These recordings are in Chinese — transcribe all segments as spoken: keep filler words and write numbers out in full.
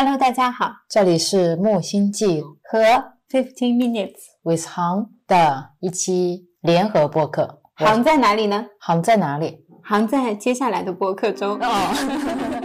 Hello， 大家好， 这里是木星记和 fifteen minutes with Han 的一期联合播客。 Han在哪里呢？ Han 在哪里？ Han在接下来的播客中。 哦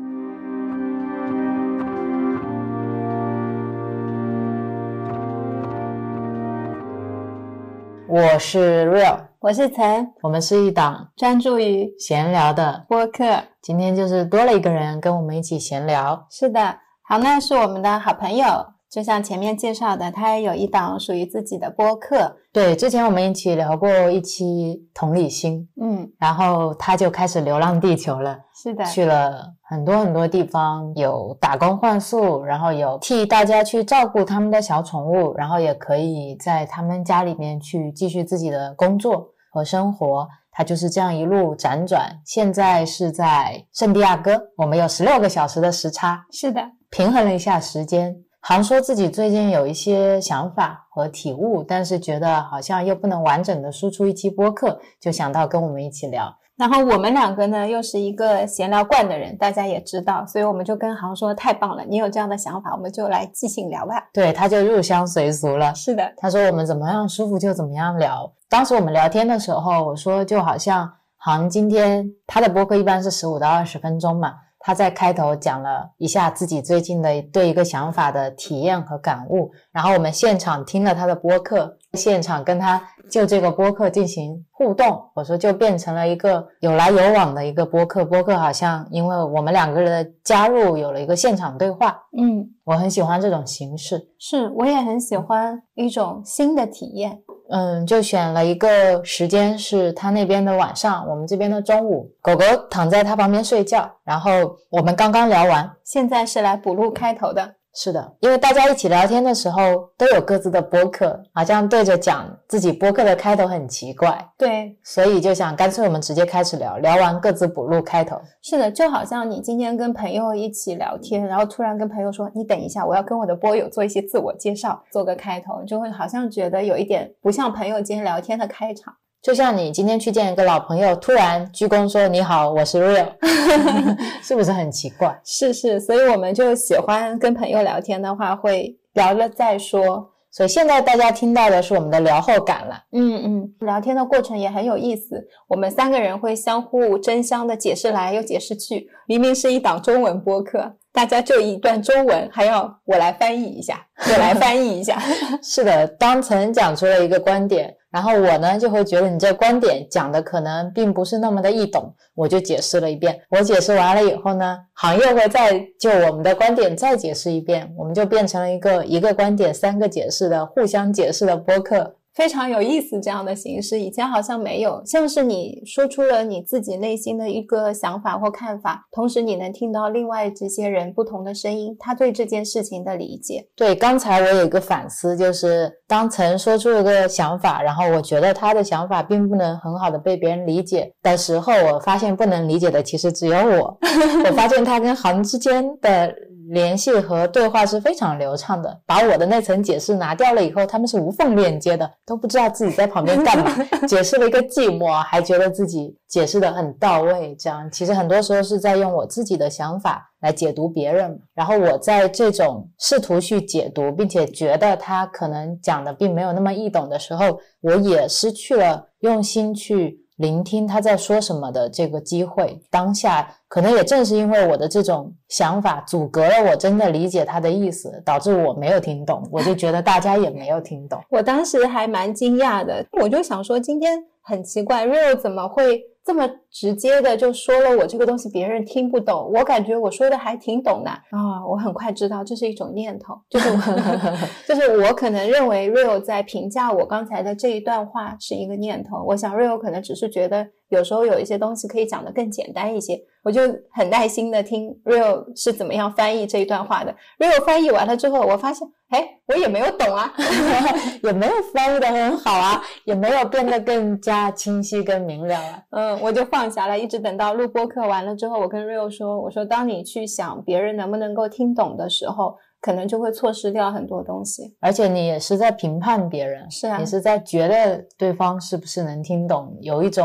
我是 Real， 我是岑， 我们是一档专注于闲聊的播客。 今天就是多了一个人跟我们一起闲聊。 是的，好，那是我们的好朋友，就像前面介绍的，他也有一档属于自己的播客。 对，之前我们一起聊过一期同理心， 嗯， 然后他就开始流浪地球了。 是的， 去了很多很多地方，有打工换宿，然后有替大家去照顾他们的小宠物，然后也可以在他们家里面去继续自己的工作和生活。他就是这样一路辗转，现在是在圣地亚哥，我们有十六个小时的时差。 是的， 平衡了一下时间，好说自己最近有一些想法和体悟，但是觉得好像又不能完整的输出一期播客，就想到跟我们一起聊。 然后我们两个呢又是一个闲聊惯的人，大家也知道，所以我们就跟航说太棒了，你有这样的想法，我们就来即兴聊吧。 对，他就入乡随俗了。 是的， 他说我们怎么样舒服就怎么样聊。当时我们聊天的时候，我说就好像航今天他的播客一般是十五到二十分钟嘛，他在开头讲了一下自己最近的对一个想法的体验和感悟，然后我们现场听了他的播客，现场跟他就这个播客进行互动，我说就变成了一个有来有往的一个播客。播客好像因为我们两个人的加入有了一个现场对话。 嗯， 我很喜欢这种形式。 是，我也很喜欢一种新的体验。 嗯，就选了一个时间是他那边的晚上，我们这边的中午，狗狗躺在他旁边睡觉，然后我们刚刚聊完， 现在是来补录开头的。 是的，因为大家一起聊天的时候都有各自的播客，好像对着讲自己播客的开头很奇怪。 对， 所以就想干脆我们直接开始聊，聊完各自补录开头。 是的，就好像你今天跟朋友一起聊天，然后突然跟朋友说你等一下，我要跟我的播友做一些自我介绍，做个开头，就会好像觉得有一点不像朋友间聊天的开场。 就像你今天去见一个老朋友，突然鞠躬说你好，我是 Real 是不是很奇怪？ 是是，所以我们就喜欢跟朋友聊天的话会聊了再说。 所以现在大家听到的是我们的聊后感了。 嗯嗯，聊天的过程也很有意思，我们三个人会相互争相的解释来又解释去，明明是一档中文播客，大家就一段中文还要我来翻译一下，我来翻译一下是的，当曾讲出了一个观点，然后我呢就会觉得你这观点讲的可能并不是那么的易懂，我就解释了一遍。我解释完了以后呢，行业会再就我们的观点再解释一遍，我们就变成了一个一个观点三个解释的互相解释的播客。 非常有意思，这样的形式以前好像没有，像是你说出了你自己内心的一个想法或看法，同时你能听到另外这些人不同的声音，他对这件事情的理解。 对，刚才我有一个反思，就是当曾说出了个想法，然后我觉得他的想法并不能很好的被别人理解的时候，我发现不能理解的其实只有我我发现他跟行之间的联系和对话是非常流畅的，把我的那层解释拿掉了以后，他们是无缝链接的，都不知道自己在旁边干嘛解释了一个寂寞，还觉得自己解释得很到位，这样其实很多时候是在用我自己的想法来解读别人，然后我在这种试图去解读并且觉得他可能讲的并没有那么易懂的时候，我也失去了用心去聆听他在说什么的这个机会。当下可能也正是因为我的这种想法阻隔了我真的理解他的意思，导致我没有听懂，我就觉得大家也没有听懂。 我当时还蛮惊讶的，我就想说今天很奇怪 Real 怎么会这么直接的就说了我这个东西别人听不懂，我感觉我说的还挺懂的啊！我很快知道这是一种念头，就是就是我可能认为 Real 在评价我刚才的这一段话是一个念头，我想 Real 可能只是觉得有时候有一些东西可以讲得更简单一些，我就很耐心的听 Real 是怎么样翻译这一段话的。 Real 翻译完了之后，我发现哎，我也没有懂啊也没有翻译得很好啊，也没有变得更加清晰跟明了啊。 嗯，我就放下来，一直等到录播课完了之后，我跟 Real 说，我说当你去想别人能不能够听懂的时候，可能就会错失掉很多东西。 而且你也是在评判别人， 是啊， 你是在觉得对方是不是能听懂，有一种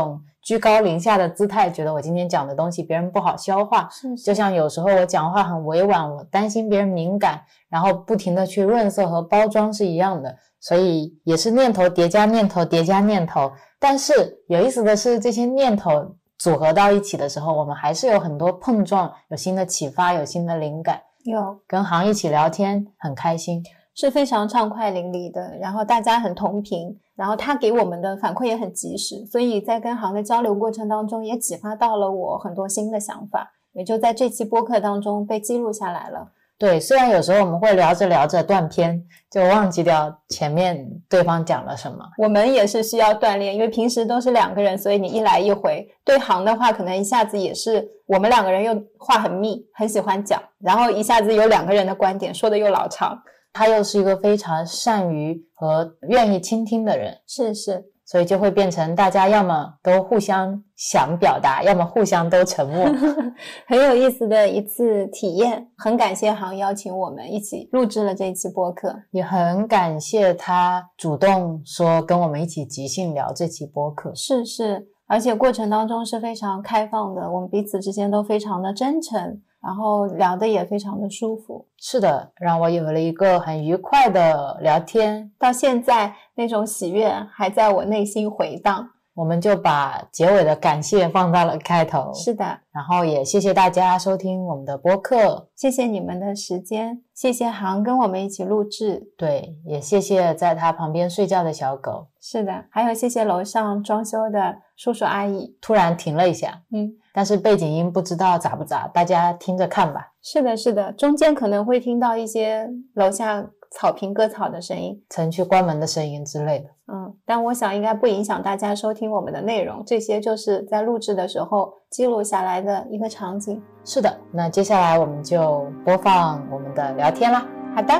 居高临下的姿态，觉得我今天讲的东西别人不好消化。 是是就像有时候我讲话很委婉，我担心别人敏感，然后不停的去润色和包装是一样的，所以也是念头叠加念头叠加念头。但是有意思的是，这些念头组合到一起的时候，我们还是有很多碰撞，有新的启发，有新的灵感。 有跟航一起聊天很开心， 是非常畅快淋漓的，然后大家很同频，然后他给我们的反馈也很及时，所以在跟航的交流过程当中也启发到了我很多新的想法，也就在这期播客当中被记录下来了。 对，虽然有时候我们会聊着聊着断片，就忘记掉前面对方讲了什么。 我们也是需要锻炼，因为平时都是两个人，所以你一来一回。对航的话，可能一下子也是我们两个人又话很密，很喜欢讲，然后一下子有两个人的观点，说的又老长。 他又是一个非常善于和愿意倾听的人， 是是， 所以就会变成大家要么都互相想表达，要么互相都沉默。 很有意思的一次体验，很感谢航邀请我们一起录制了这一期播客， 也很感谢他主动说跟我们一起即兴聊这期播客。 是是，而且过程当中是非常开放的，我们彼此之间都非常的真诚，然后聊得也非常的舒服。 是的，让我有了一个很愉快的聊天， 到现在那种喜悦还在我内心回荡。 我们就把结尾的感谢放到了开头。 是的， 然后也谢谢大家收听我们的播客， 谢谢你们的时间，谢谢航跟我们一起录制。 对，也谢谢在他旁边睡觉的小狗。 是的，还有谢谢楼上装修的叔叔阿姨。 突然停了一下， 嗯， 但是背景音不知道杂不杂，大家听着看吧。 是的是的，中间可能会听到一些楼下草坪割草的声音， 程序关门的声音之类的。 嗯，但我想应该不影响大家收听我们的内容，这些就是在录制的时候记录下来的一个场景。 是的，那接下来我们就播放我们的聊天啦。 好的。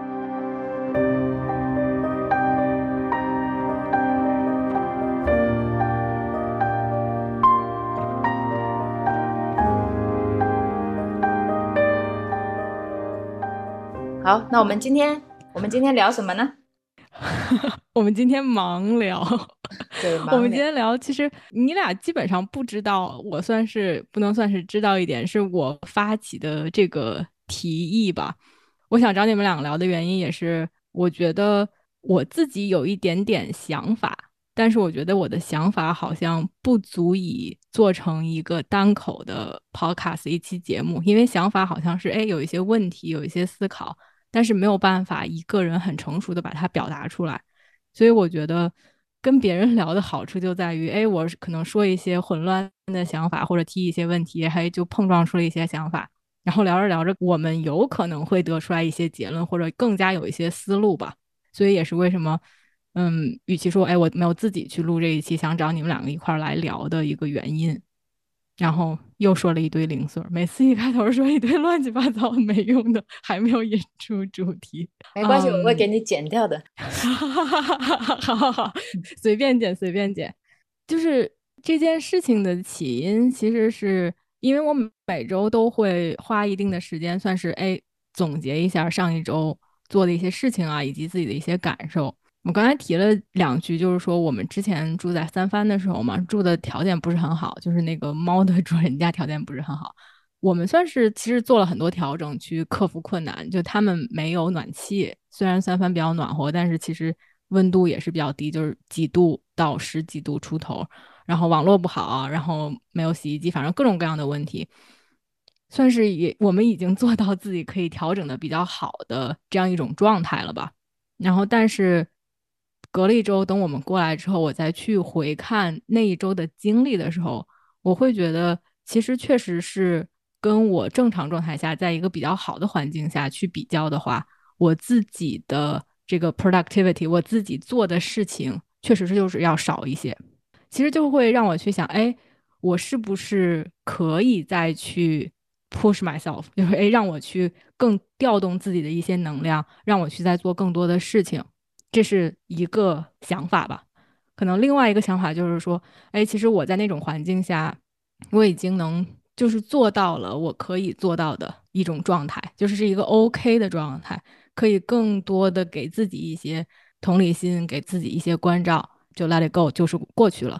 好，那我们今天我们今天聊什么呢？ 我们今天盲聊。 对， 我们今天聊，其实你俩基本上不知道，我算是不能算是知道一点，是我发起的这个提议吧。我想找你们两个聊的原因也是，我觉得我自己有一点点想法，但是我觉得我的想法好像不足以做成一个单口的 podcast 一期节目，因为想法好像是哎有一些问题，有一些思考，但是没有办法一个人很成熟的把它表达出来。所以我觉得跟别人聊的好处就在于，哎，我可能说一些混乱的想法，或者提一些问题，还就碰撞出了一些想法，然后聊着聊着我们有可能会得出来一些结论，或者更加有一些思路吧。所以也是为什么嗯，与其说哎我没有自己去录这一期，想找你们两个一块来聊的一个原因。然后又说了一堆零碎，每次一开头说一堆乱七八糟没用的，还没有引出主题。 没关系、 嗯、 我会给你剪掉的。 好好好，随便剪随便剪。就是这件事情的起因其实是因为我每周都会花一定的时间，算是哎总结一下上一周做的一些事情啊，以及自己的一些感受。我刚才提了两句，就是说我们之前住在三藩的时候嘛，住的条件不是很好，就是那个猫的主人家条件不是很好。我们算是其实做了很多调整去克服困难，就他们没有暖气，虽然三藩比较暖和，但是其实温度也是比较低，就是几度到十几度出头，然后网络不好，然后没有洗衣机，反正各种各样的问题，算是也我们已经做到自己可以调整的比较好的这样一种状态了吧。然后但是隔了一周，等我们过来之后，我再去回看那一周的经历的时候，我会觉得其实确实是跟我正常状态下在一个比较好的环境下去比较的话，我自己的这个 productivity 我自己做的事情确实是就是要少一些。其实就会让我去想，哎，我是不是可以再去 push myself， 就是哎让我去更调动自己的一些能量，让我去再做更多的事情。这是一个想法吧。可能另外一个想法就是说，哎，其实我在那种环境下，我已经能就是做到了我可以做到的一种状态，就是是一个 OK 的状态，可以更多的给自己一些同理心，给自己一些关照，就 let it go， 就是过去了。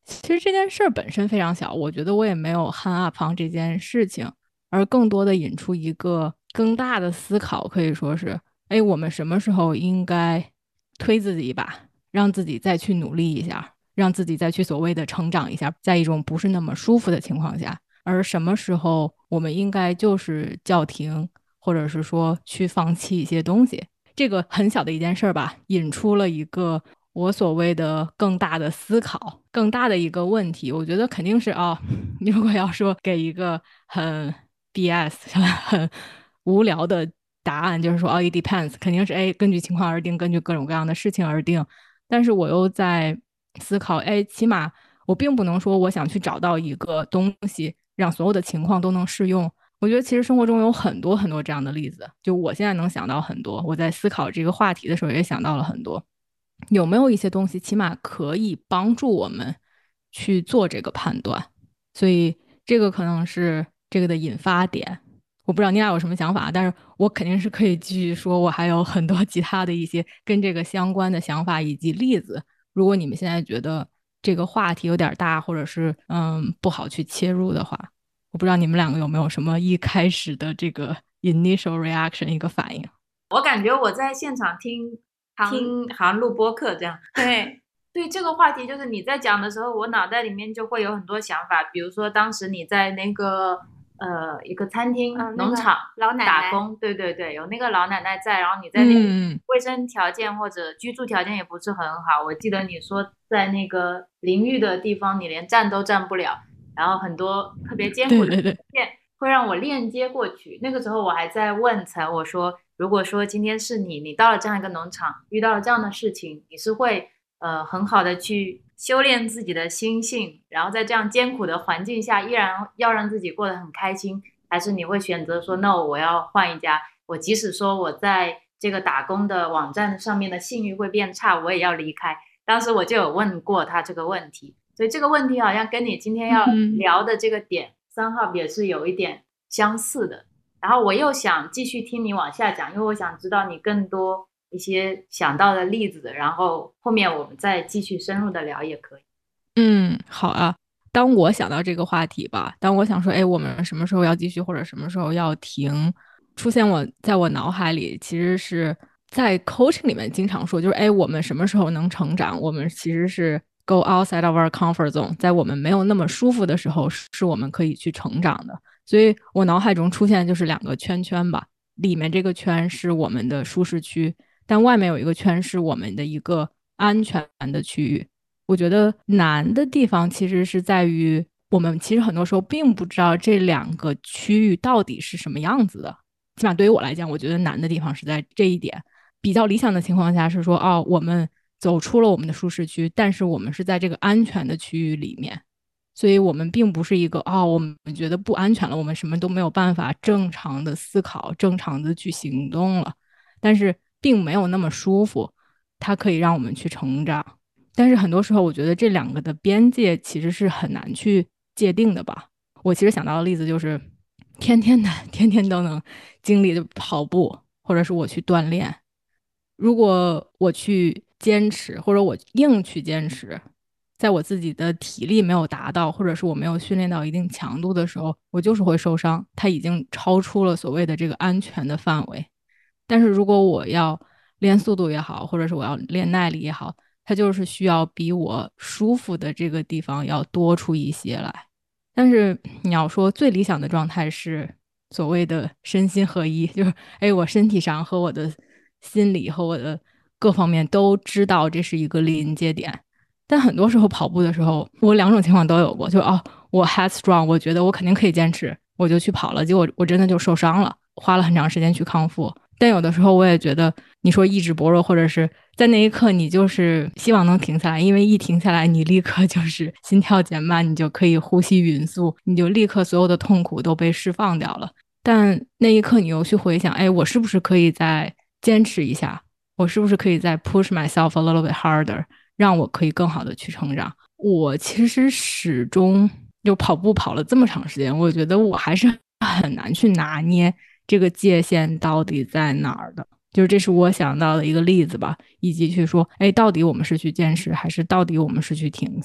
其实这件事儿本身非常小，我觉得我也没有 hang up on 这件事情，而更多的引出一个更大的思考，可以说是，哎，我们什么时候应该推自己一把，让自己再去努力一下，让自己再去所谓的成长一下，在一种不是那么舒服的情况下，而什么时候我们应该就是叫停，或者是说去放弃一些东西。这个很小的一件事儿吧，引出了一个我所谓的更大的思考，更大的一个问题。我觉得肯定是哦，你如果要说给一个很 B S 很无聊的答案，就是说哦 it depends， 肯定是哎根据情况而定，根据各种各样的事情而定。但是我又在思考，哎，起码我并不能说我想去找到一个东西，让所有的情况都能适用。我觉得其实生活中有很多很多这样的例子，就我现在能想到很多，我在思考这个话题的时候也想到了很多。有没有一些东西起码可以帮助我们去做这个判断？所以这个可能是这个的引发点。我不知道你俩有什么想法，但是我肯定是可以继续说，我还有很多其他的一些跟这个相关的想法以及例子。如果你们现在觉得这个话题有点大，或者是嗯不好去切入的话，我不知道你们两个有没有什么一开始的这个 initial reaction 一个反应。 我感觉我在现场听听好像录播课这样。对对，这个话题就是你在讲的时候，我脑袋里面就会有很多想法。比如说当时你在那个呃一个餐厅、 嗯农场老奶奶打工，对对对，有那个老奶奶在，然后你在那个嗯卫生条件或者居住条件也不是很好。我记得你说在那个淋浴的地方，你连站都站不了，然后很多特别艰苦的对对对线会让我链接过去。那个时候我还在问陈，我说如果说今天是你，你到了这样一个农场，遇到了这样的事情，你是会呃很好的去修炼自己的心性，然后在这样艰苦的环境下依然要让自己过得很开心，还是你会选择说 no， 我要换一家，我即使说我在这个打工的网站上面的信誉会变差，我也要离开。当时我就有问过他这个问题，所以这个问题好像跟你今天要聊的这个点三号也是有一点相似的。然后我又想继续听你往下讲，因为我想知道你更多一些想到的例子，然后后面我们再继续深入的聊也可以。 嗯，好啊。当我想到这个话题吧，当我想说，哎，我们什么时候要继续，或者什么时候要停，出现我在我脑海里，其实是在 coaching 里面经常说，就是哎，我们什么时候能成长？我们其实是 go outside of our comfort zone， 在我们没有那么舒服的时候，是我们可以去成长的。所以我脑海中出现就是两个圈圈吧，里面这个圈是我们的舒适区，但外面有一个圈是我们的一个安全的区域。我觉得难的地方其实是在于，我们其实很多时候并不知道这两个区域到底是什么样子的。起码对于我来讲，我觉得难的地方是在这一点。比较理想的情况下是说，哦，我们走出了我们的舒适区，但是我们是在这个安全的区域里面。所以我们并不是一个哦，我们觉得不安全了，我们什么都没有办法正常的思考，正常的去行动了，但是并没有那么舒服，它可以让我们去成长。但是很多时候我觉得这两个的边界其实是很难去界定的吧。我其实想到的例子就是天天的天天都能经历的跑步，或者是我去锻炼，如果我去坚持，或者我硬去坚持，在我自己的体力没有达到，或者是我没有训练到一定强度的时候，我就是会受伤，它已经超出了所谓的这个安全的范围。但是如果我要练速度也好，或者是我要练耐力也好，它就是需要比我舒服的这个地方要多出一些来。但是你要说最理想的状态是所谓的身心合一，就是哎，我身体上和我的心理和我的各方面都知道这是一个临界点。但很多时候跑步的时候，我两种情况都有过，就哦，我 head strong， 我觉得我肯定可以坚持，我就去跑了，结果我真的就受伤了，花了很长时间去康复。但有的时候我也觉得，你说意志薄弱，或者是在那一刻你就是希望能停下来，因为一停下来你立刻就是心跳减慢，你就可以呼吸匀速，你就立刻所有的痛苦都被释放掉了。但那一刻你又去回想，哎，我是不是可以再坚持一下，我是不是可以再 push myself a little bit harder，让我可以更好的去成长。我其实始终就跑步跑了这么长时间，我觉得我还是很难去拿捏这个界限到底在哪儿的。就是这是我想到的一个例子吧，以及去说，哎，到底我们是去坚持，还是到底我们是去停下？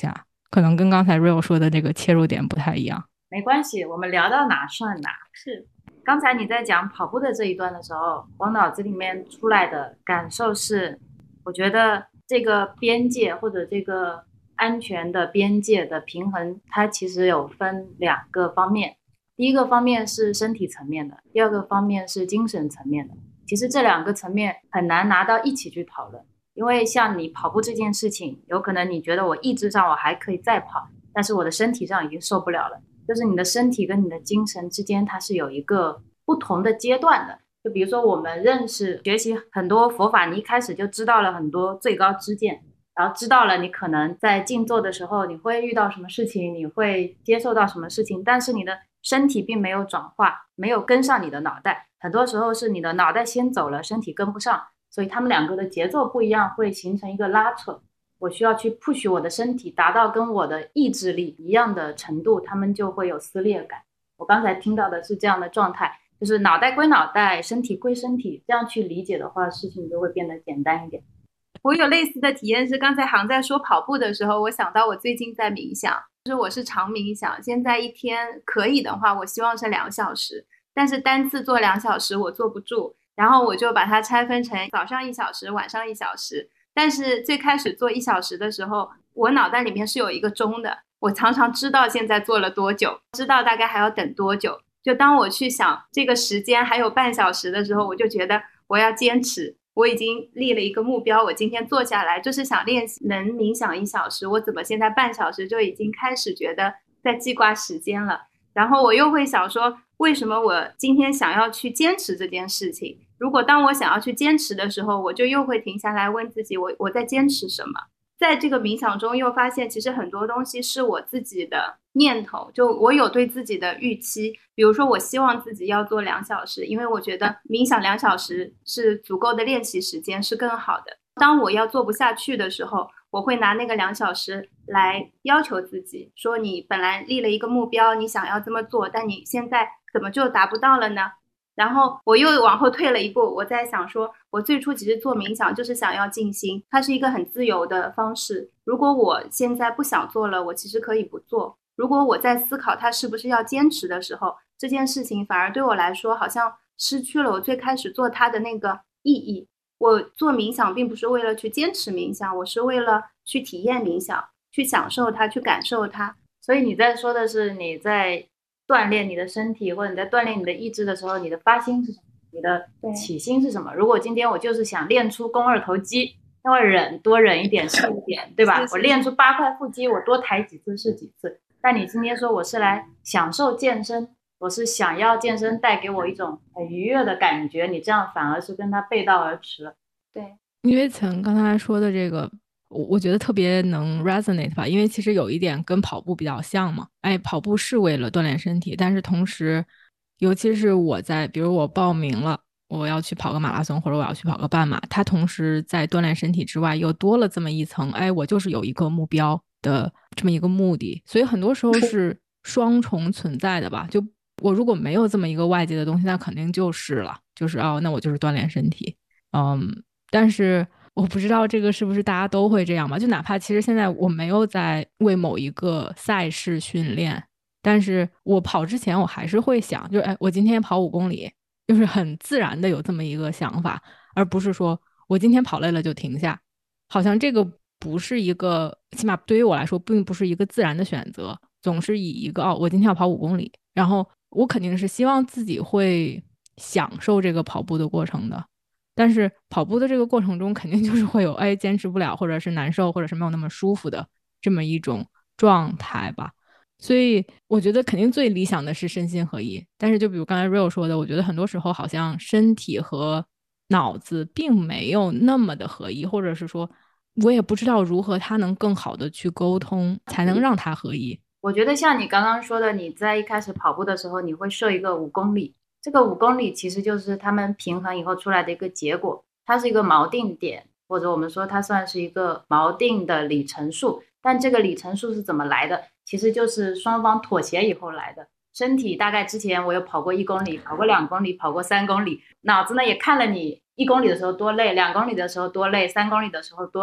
可能跟刚才 Real 说的这个切入点不太一样。 没关系，我们聊到哪算哪。是，刚才你在讲跑步的这一段的时候，我脑子里面出来的感受是，我觉得这个边界或者这个安全的边界的平衡，它其实有分两个方面。第一个方面是身体层面的，第二个方面是精神层面的。其实这两个层面很难拿到一起去讨论，因为像你跑步这件事情，有可能你觉得我意志上我还可以再跑，但是我的身体上已经受不了了。就是你的身体跟你的精神之间，它是有一个不同的阶段的。就比如说我们认识学习很多佛法，你一开始就知道了很多最高知见，然后知道了你可能在静坐的时候你会遇到什么事情，你会接受到什么事情，但是你的身体并没有转化，没有跟上你的脑袋。很多时候是你的脑袋先走了，身体跟不上，所以他们两个的节奏不一样，会形成一个拉扯。我需要去 push 我的身体达到跟我的意志力一样的程度，他们就会有撕裂感。我刚才听到的是这样的状态，就是脑袋归脑袋，身体归身体，这样去理解的话，事情就会变得简单一点。 我有类似的体验，是刚才航在说跑步的时候，我想到我最近在冥想，就是我是长冥想，现在一天可以的话我希望是两小时，但是单次做两小时我坐不住，然后我就把它拆分成早上一小时，晚上一小时。但是最开始做一小时的时候，我脑袋里面是有一个钟的，我常常知道现在做了多久，知道大概还要等多久。就当我去想这个时间还有半小时的时候，我就觉得我要坚持，我已经立了一个目标，我今天坐下来就是想练习能冥想一小时，我怎么现在半小时就已经开始觉得在记挂时间了。然后我又会想说，为什么我今天想要去坚持这件事情，如果当我想要去坚持的时候，我就又会停下来问自己，我我在坚持什么。在这个冥想中又发现其实很多东西是我自己的念头，就我有对自己的预期，比如说我希望自己要做两小时，因为我觉得冥想两小时是足够的练习时间，是更好的。当我要做不下去的时候，我会拿那个两小时来要求自己，说你本来立了一个目标，你想要这么做，但你现在怎么就达不到了呢？然后我又往后退了一步，我在想说，我最初其实做冥想就是想要静心，它是一个很自由的方式。如果我现在不想做了，我其实可以不做。如果我在思考它是不是要坚持的时候，这件事情反而对我来说好像失去了我最开始做它的那个意义。我做冥想并不是为了去坚持冥想，我是为了去体验冥想，去享受它，去感受它。 所以你在说的是你在锻炼你的身体或者你在锻炼你的意志的时候，你的发心是什么，你的起心是什么。如果今天我就是想练出肱二头肌，那我忍多忍一点是一点，对吧？是是是，我练出八块腹肌，我多抬几次是几次。但你今天说我是来享受健身，我是想要健身带给我一种很愉悦的感觉，你这样反而是跟他背道而驰了。 对， 因为曾刚才说的这个我我觉得特别能 resonate 吧，因为其实有一点跟跑步比较像嘛。哎，跑步是为了锻炼身体，但是同时尤其是我在比如我报名了我要去跑个马拉松或者我要去跑个半马，它同时在锻炼身体之外又多了这么一层，哎，我就是有一个目标的这么一个目的，所以很多时候是双重存在的吧。就我如果没有这么一个外界的东西，那肯定就是了，就是哦，那我就是锻炼身体。嗯，但是我不知道这个是不是大家都会这样吧，就哪怕其实现在我没有在为某一个赛事训练，但是我跑之前我还是会想，就是哎，我今天跑五公里，就是很自然的有这么一个想法，而不是说我今天跑累了就停下，好像这个不是一个，起码对于我来说并不是一个自然的选择，总是以一个哦，我今天要跑五公里，然后我肯定是希望自己会享受这个跑步的过程的，但是跑步的这个过程中肯定就是会有哎坚持不了，或者是难受，或者是没有那么舒服的这么一种状态吧。所以我觉得肯定最理想的是身心合一，但是就比如刚才 Real 说的，我觉得很多时候好像身体和脑子并没有那么的合一，或者是说我也不知道如何它能更好的去沟通才能让它合一。 我觉得像你刚刚说的，你在一开始跑步的时候你会设一个五公里，这个五公里其实就是他们平衡以后出来的一个结果，它是一个锚定点，或者我们说它算是一个锚定的里程数。但这个里程数是怎么来的，其实就是双方妥协以后来的。身体大概之前我有跑过一公里，跑过两公里，跑过三公里，脑子呢也看了你一公里的时候多累，两公里的时候多累，三公里的时候多累，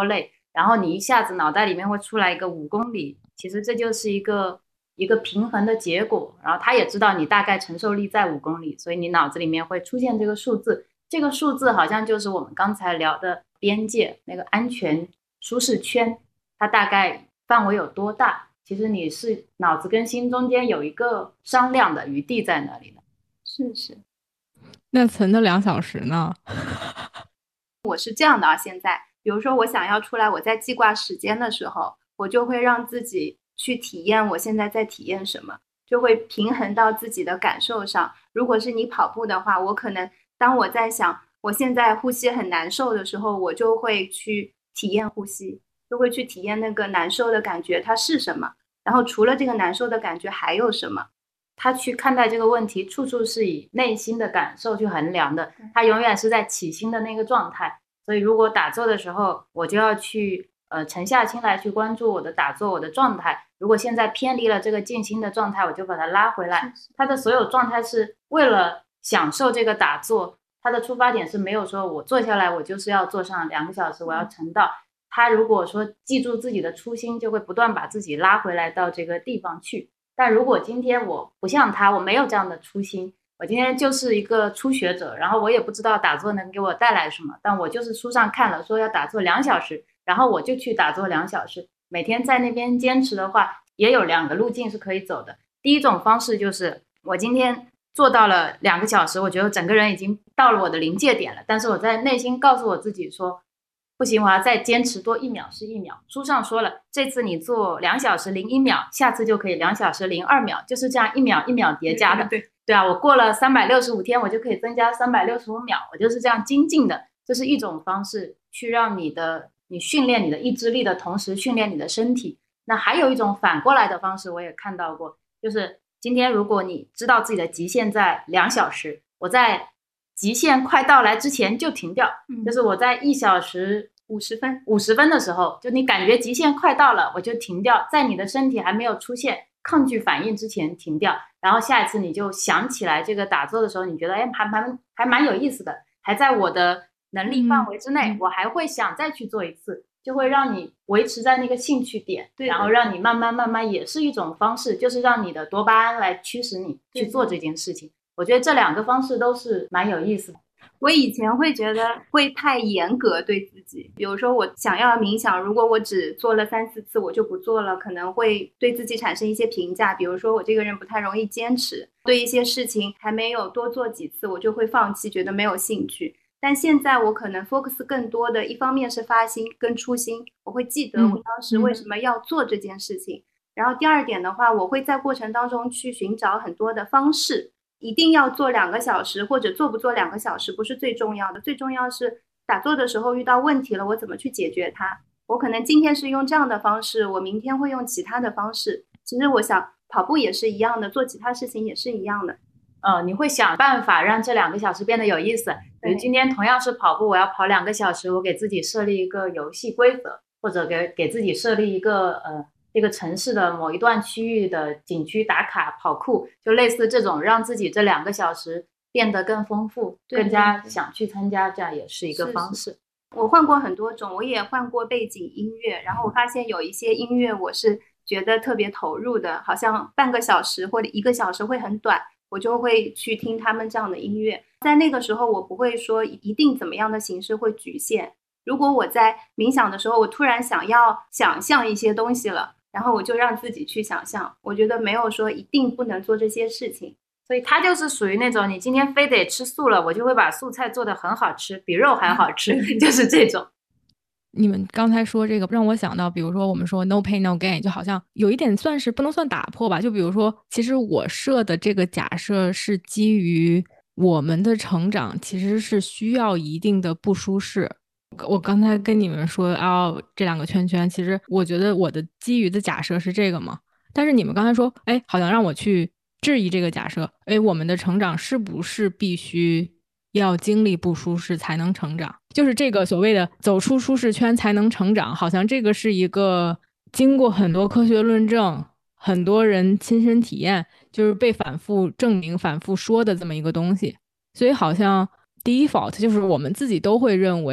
然后你一下子脑袋里面会出来一个五公里，其实这就是一个一个平衡的结果。然后他也知道你大概承受力在五公里，所以你脑子里面会出现这个数字，这个数字好像就是我们刚才聊的边界，那个安全舒适圈，它大概范围有多大，其实你是脑子跟心中间有一个商量的余地在那里的。 是是。 那存的两小时呢？ 我是这样的啊，现在比如说我想要出来，我在记挂时间的时候，我就会让自己去体验我现在在体验什么，就会平衡到自己的感受上。如果是你跑步的话，我可能当我在想我现在呼吸很难受的时候，我就会去体验呼吸，就会去体验那个难受的感觉它是什么，然后除了这个难受的感觉还有什么。 他去看待这个问题，处处是以内心的感受去衡量的，他永远是在起心的那个状态。所以如果打坐的时候，我就要去呃沉下心来去关注我的打坐，我的状态。如果现在偏离了这个静心的状态，我就把它拉回来。他的所有状态是为了享受这个打坐，他的出发点是没有说我坐下来我就是要坐上两个小时，我要成道。他如果说记住自己的初心，就会不断把自己拉回来到这个地方去。但如果今天我不像他，我没有这样的初心，我今天就是一个初学者，然后我也不知道打坐能给我带来什么，但我就是书上看了说要打坐两小时，然后我就去打坐两小时。每天在那边坚持的话，也有两个路径是可以走的。第一种方式就是我今天做到了两个小时，我觉得整个人已经到了我的临界点了，但是我在内心告诉我自己说不行，我要再坚持多一秒是一秒。书上说了，这次你做两小时零一秒，下次就可以两小时零二秒，就是这样一秒一秒叠加的。 对对对对啊，我过了三百六十五天，我就可以增加三百六十五秒，我就是这样精进的。这是一种方式，去让你的你训练你的意志力的同时训练你的身体。那还有一种反过来的方式，我也看到过，就是今天如果你知道自己的极限在两小时，我在极限快到来之前就停掉，嗯、就是我在一小时五十分五十分的时候，就你感觉极限快到了，我就停掉，在你的身体还没有出现抗拒反应之前停掉，然后下一次你就想起来这个打坐的时候，你觉得哎还蛮还蛮有意思的，还在我的能力范围之内，嗯、我还会想再去做一次，就会让你维持在那个兴趣点，对，然后让你慢慢慢慢也是一种方式，就是让你的多巴胺来驱使你去做这件事情。我觉得这两个方式都是蛮有意思的。 我以前会觉得会太严格对自己，比如说我想要冥想，如果我只做了三四次我就不做了，可能会对自己产生一些评价，比如说我这个人不太容易坚持，对一些事情还没有多做几次我就会放弃，觉得没有兴趣。但现在我可能 focus 更多的一方面是发心跟初心，我会记得我当时为什么要做这件事情，嗯嗯、然后第二点的话，我会在过程当中去寻找很多的方式，一定要做两个小时或者做不做两个小时不是最重要的，最重要是打坐的时候遇到问题了我怎么去解决它。我可能今天是用这样的方式，我明天会用其他的方式。其实我想跑步也是一样的，做其他事情也是一样的。 呃，你会想办法让这两个小时变得有意思。比如今天同样是跑步，我要跑两个小时，我给自己设立一个游戏规则，或者给给自己设立一个呃这个城市的某一段区域的景区打卡跑酷，就类似这种，让自己这两个小时变得更丰富，更加想去参加，这样也是一个方式。 是是，我换过很多种，我也换过背景音乐，然后我发现有一些音乐我是觉得特别投入的，好像半个小时或者一个小时会很短，我就会去听他们这样的音乐。在那个时候我不会说一定怎么样的形式会局限，如果我在冥想的时候我突然想要想象一些东西了，然后我就让自己去想象，我觉得没有说一定不能做这些事情。 所以它就是属于那种你今天非得吃素了，我就会把素菜做得很好吃，比肉还好吃，就是这种。 你们刚才说这个让我想到，比如说我们说 no pain no gain， 就好像有一点算是不能算打破吧，就比如说其实我设的这个假设是基于我们的成长其实是需要一定的不舒适。我刚才跟你们说哦，这两个圈圈，其实我觉得我的基于的假设是这个嘛，但是你们刚才说哎，好像让我去质疑这个假设，哎，我们的成长是不是必须要经历不舒适才能成长，就是这个所谓的走出舒适圈才能成长，好像这个是一个经过很多科学论证，很多人亲身体验，就是被反复证明反复说的这么一个东西。所以好像 default 就是我们自己都会认为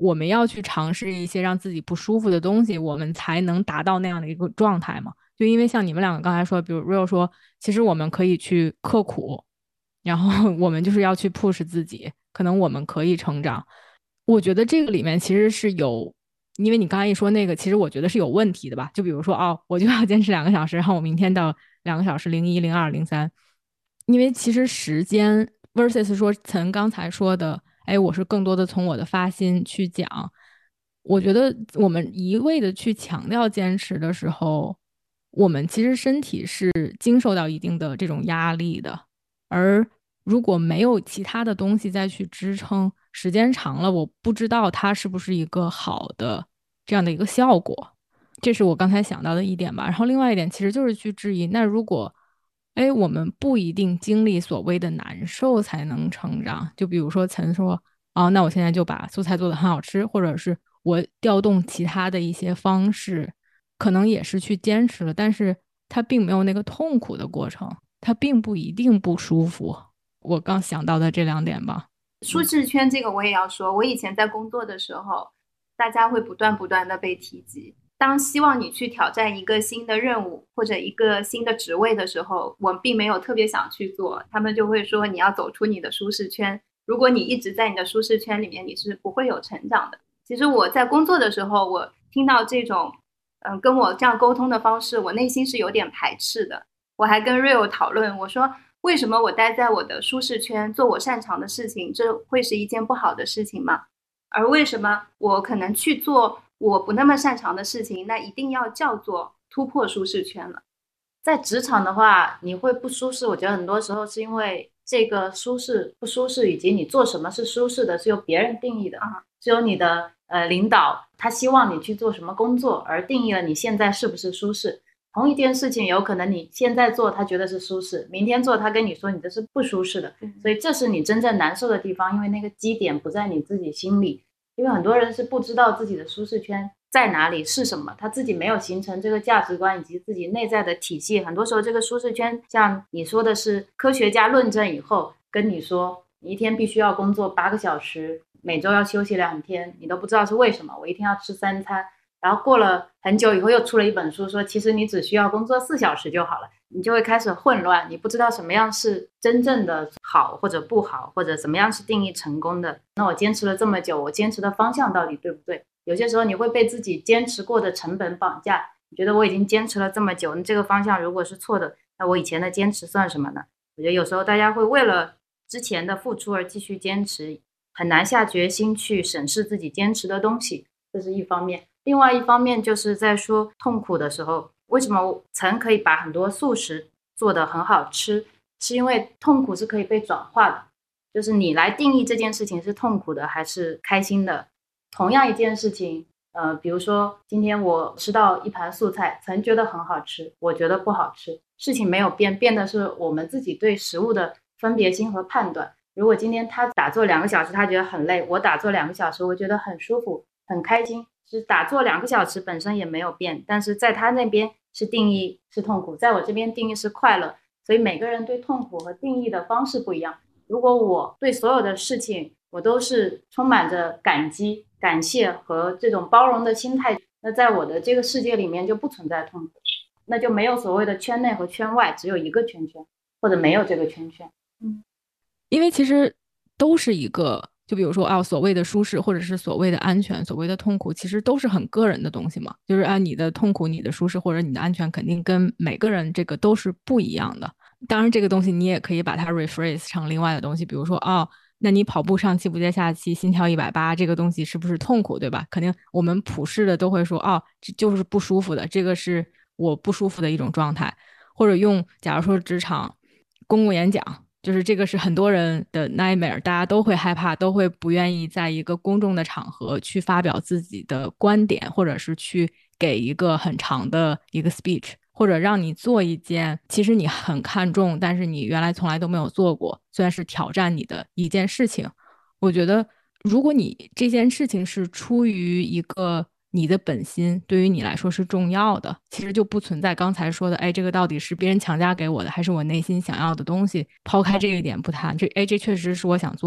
我们要去尝试一些让自己不舒服的东西，我们才能达到那样的一个状态嘛。就因为像你们两个刚才说，比如 Real 说，其实我们可以去刻苦，然后我们就是要去 push 自己，可能我们可以成长。我觉得这个里面其实是有，因为你刚才一说那个，其实我觉得是有问题的吧。就比如说，哦，我就要坚持两个小时，然后我明天到两个小时，零一、零二、零三。因为其实时间 versus 说曾刚才说的，哎，我是更多的从我的发心去讲。我觉得我们一味的去强调坚持的时候，我们其实身体是经受到一定的这种压力的，而如果没有其他的东西再去支撑，时间长了，我不知道它是不是一个好的这样的一个效果。这是我刚才想到的一点吧。然后另外一点其实就是去质疑，那如果哎，我们不一定经历所谓的难受才能成长。就比如说曾说，哦，那我现在就把素菜做得很好吃，或者是我调动其他的一些方式，可能也是去坚持了，但是它并没有那个痛苦的过程，它并不一定不舒服。我刚想到的这两点吧。 舒适圈这个我也要说，我以前在工作的时候，大家会不断不断的被提及。当希望你去挑战一个新的任务或者一个新的职位的时候，我并没有特别想去做，他们就会说你要走出你的舒适圈，如果你一直在你的舒适圈里面，你是不会有成长的。其实我在工作的时候，我听到这种嗯、呃、跟我这样沟通的方式，我内心是有点排斥的。我还跟 Real 讨论，我说为什么我待在我的舒适圈做我擅长的事情，这会是一件不好的事情吗？而为什么我可能去做我不那么擅长的事情，那一定要叫做突破舒适圈了？ 在职场的话，你会不舒适，我觉得很多时候是因为这个舒适不舒适以及你做什么是舒适的是由别人定义的， 啊， 是由你的呃领导他希望你去做什么工作而定义了你现在是不是舒适。同一件事情有可能你现在做他觉得是舒适，明天做他跟你说你这是不舒适的，所以这是你真正难受的地方，因为那个基点不在你自己心里。因为很多人是不知道自己的舒适圈在哪里是什么，他自己没有形成这个价值观以及自己内在的体系。很多时候这个舒适圈像你说的是科学家论证以后跟你说你一天必须要工作八个小时，每周要休息两天，你都不知道是为什么，我一天要吃三餐，然后过了很久以后又出了一本书说其实你只需要工作四小时就好了，你就会开始混乱，你不知道什么样是真正的好或者不好，或者怎么样是定义成功的。那我坚持了这么久，我坚持的方向到底对不对？有些时候你会被自己坚持过的成本绑架，你觉得我已经坚持了这么久，这个方向如果是错的，那我以前的坚持算什么呢？我觉得有时候大家会为了之前的付出而继续坚持，很难下决心去审视自己坚持的东西，这是一方面。另外一方面就是在说痛苦的时候，为什么曾可以把很多素食做得很好吃，是因为痛苦是可以被转化的，就是你来定义这件事情是痛苦的还是开心的。同样一件事情呃，比如说今天我吃到一盘素菜，曾觉得很好吃，我觉得不好吃，事情没有变，变的是我们自己对食物的分别心和判断。如果今天他打坐两个小时他觉得很累，我打坐两个小时我觉得很舒服很开心，是打坐两个小时本身也没有变，但是在他那边是定义是痛苦，在我这边定义是快乐。所以每个人对痛苦和定义的方式不一样。如果我对所有的事情我都是充满着感激感谢和这种包容的心态，那在我的这个世界里面就不存在痛苦，那就没有所谓的圈内和圈外，只有一个圈圈，或者没有这个圈圈。 嗯，因为其实都是一个，就比如说啊，所谓的舒适或者是所谓的安全，所谓的痛苦，其实都是很个人的东西嘛。就是啊，你的痛苦你的舒适或者你的安全肯定跟每个人这个都是不一样的。当然这个东西你也可以把它 rephrase 成另外的东西，比如说哦，那你跑步上气不接下气心跳一百八这个东西是不是痛苦，对吧？肯定我们普世的都会说哦，这就是不舒服的，这个是我不舒服的一种状态。或者用假如说职场公共演讲，就是这个是很多人的 nightmare， 大家都会害怕，都会不愿意在一个公众的场合去发表自己的观点，或者是去给一个很长的一个 speech， 或者让你做一件其实你很看重但是你原来从来都没有做过，虽然是挑战你的一件事情。我觉得如果你这件事情是出于一个你的本心，对于你来说是重要的，其实就不存在刚才说的哎，这个到底是别人强加给我的还是我内心想要的东西。抛开这一点不谈，这哎，这确实是我想做的，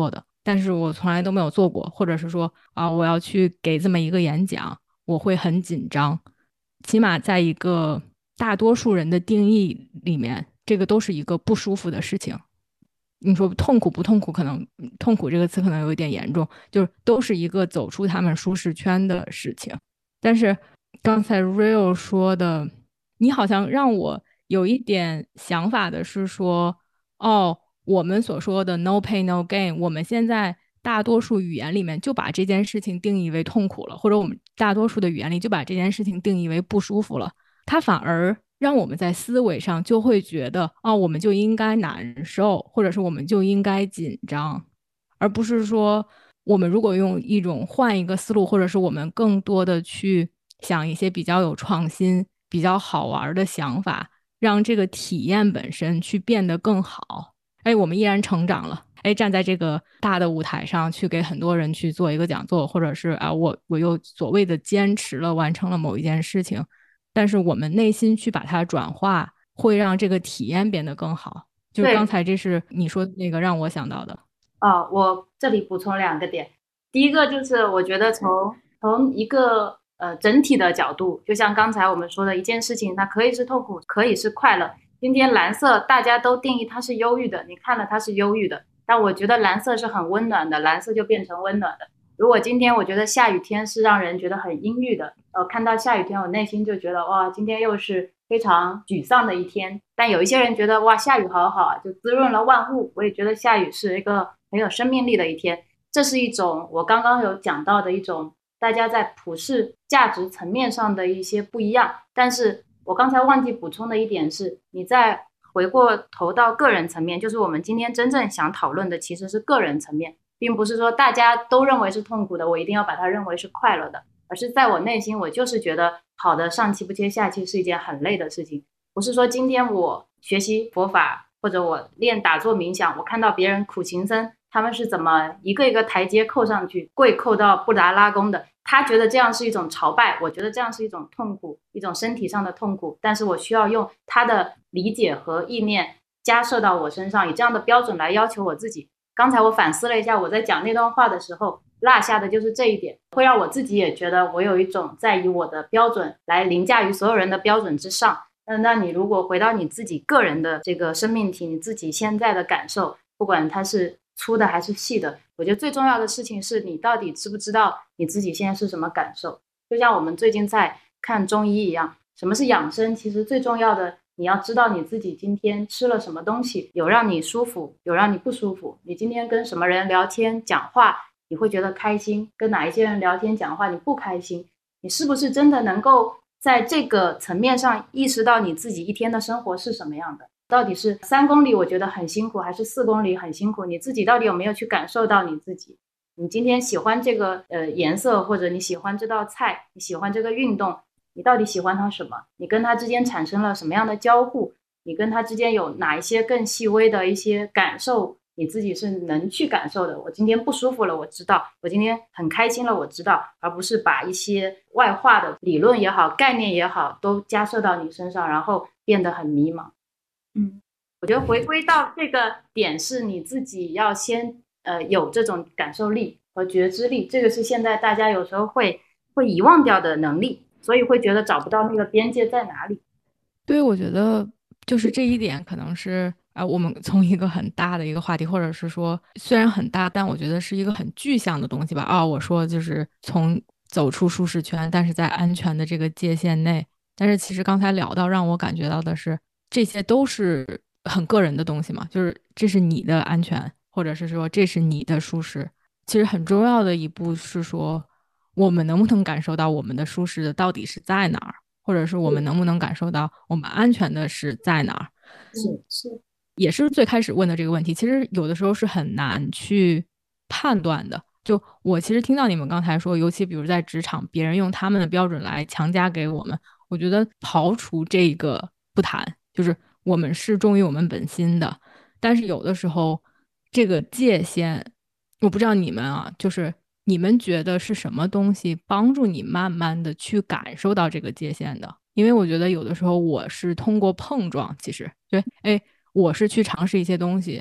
但是我从来都没有做过，或者是说啊，我要去给这么一个演讲，我会很紧张。起码在一个大多数人的定义里面，这个都是一个不舒服的事情。你说痛苦不痛苦，可能痛苦这个词可能有一点严重，就是都是一个走出他们舒适圈的事情。但是刚才 Rio 说的，你好像让我有一点想法的是说，哦，我们所说的 no pain no gain， 我们现在大多数语言里面就把这件事情定义为痛苦了，或者我们大多数的语言里就把这件事情定义为不舒服了，它反而让我们在思维上就会觉得，哦，我们就应该难受，或者是我们就应该紧张，而不是说我们如果用一种换一个思路，或者是我们更多的去想一些比较有创新、比较好玩的想法，让这个体验本身去变得更好。哎，我们依然成长了。哎，站在这个大的舞台上去给很多人去做一个讲座，或者是啊，我我又所谓的坚持了，完成了某一件事情。但是我们内心去把它转化，会让这个体验变得更好。就是刚才这是你说的那个让我想到的。 哦，我这里补充两个点。第一个就是我觉得从从一个呃整体的角度，就像刚才我们说的一件事情，它可以是痛苦，可以是快乐。今天蓝色大家都定义它是忧郁的，你看了它是忧郁的，但我觉得蓝色是很温暖的，蓝色就变成温暖的。如果今天我觉得下雨天是让人觉得很阴郁的，呃，看到下雨天我内心就觉得哇，今天又是非常沮丧的一天。但有一些人觉得哇，下雨好好啊，就滋润了万物。我也觉得下雨是一个很有生命力的一天。这是一种我刚刚有讲到的一种大家在普世价值层面上的一些不一样。但是我刚才忘记补充的一点是，你再回过头到个人层面，就是我们今天真正想讨论的其实是个人层面，并不是说大家都认为是痛苦的，我一定要把它认为是快乐的，而是在我内心我就是觉得好的上气不接下气是一件很累的事情。不是说今天我学习佛法或者我练打坐冥想，我看到别人苦行僧他们是怎么一个一个台阶扣上去，跪扣到布达拉宫的，他觉得这样是一种朝拜，我觉得这样是一种痛苦，一种身体上的痛苦，但是我需要用他的理解和意念加设到我身上，以这样的标准来要求我自己。刚才我反思了一下，我在讲那段话的时候落下的就是这一点，会让我自己也觉得我有一种在以我的标准来凌驾于所有人的标准之上。那那你如果回到你自己个人的这个生命体，你自己现在的感受，不管它是粗的还是细的，我觉得最重要的事情是你到底知不知道你自己现在是什么感受。就像我们最近在看中医一样，什么是养生，其实最重要的你要知道你自己今天吃了什么东西，有让你舒服，有让你不舒服。你今天跟什么人聊天讲话你会觉得开心，跟哪一些人聊天讲话你不开心，你是不是真的能够在这个层面上意识到你自己一天的生活是什么样的，到底是三公里我觉得很辛苦，还是四公里很辛苦，你自己到底有没有去感受到你自己。你今天喜欢这个呃颜色，或者你喜欢这道菜，你喜欢这个运动，你到底喜欢它什么，你跟它之间产生了什么样的交互，你跟它之间有哪一些更细微的一些感受，你自己是能去感受的。我今天不舒服了我知道，我今天很开心了我知道，而不是把一些外化的理论也好概念也好都加设到你身上，然后变得很迷茫。嗯，我觉得回归到这个点是你自己要先呃有这种感受力和觉知力，这个是现在大家有时候会会遗忘掉的能力，所以会觉得找不到那个边界在哪里。 对，我觉得就是这一点可能是啊、呃，我们从一个很大的一个话题，或者是说虽然很大，但我觉得是一个很具象的东西吧。啊、哦，我说就是从走出舒适圈，但是在安全的这个界限内。但是其实刚才聊到，让我感觉到的是，这些都是很个人的东西嘛，就是这是你的安全，或者是说这是你的舒适。其实很重要的一步是说，我们能不能感受到我们的舒适的到底是在哪儿，或者是我们能不能感受到我们安全的是在哪儿。 是是， 也是最开始问的这个问题，其实有的时候是很难去判断的。就我其实听到你们刚才说，尤其比如在职场，别人用他们的标准来强加给我们，我觉得刨除这个不谈，就是我们是忠于我们本心的。但是有的时候这个界限，我不知道你们啊，就是你们觉得是什么东西帮助你慢慢的去感受到这个界限的？因为我觉得有的时候我是通过碰撞，其实对，哎，我是去尝试一些东西，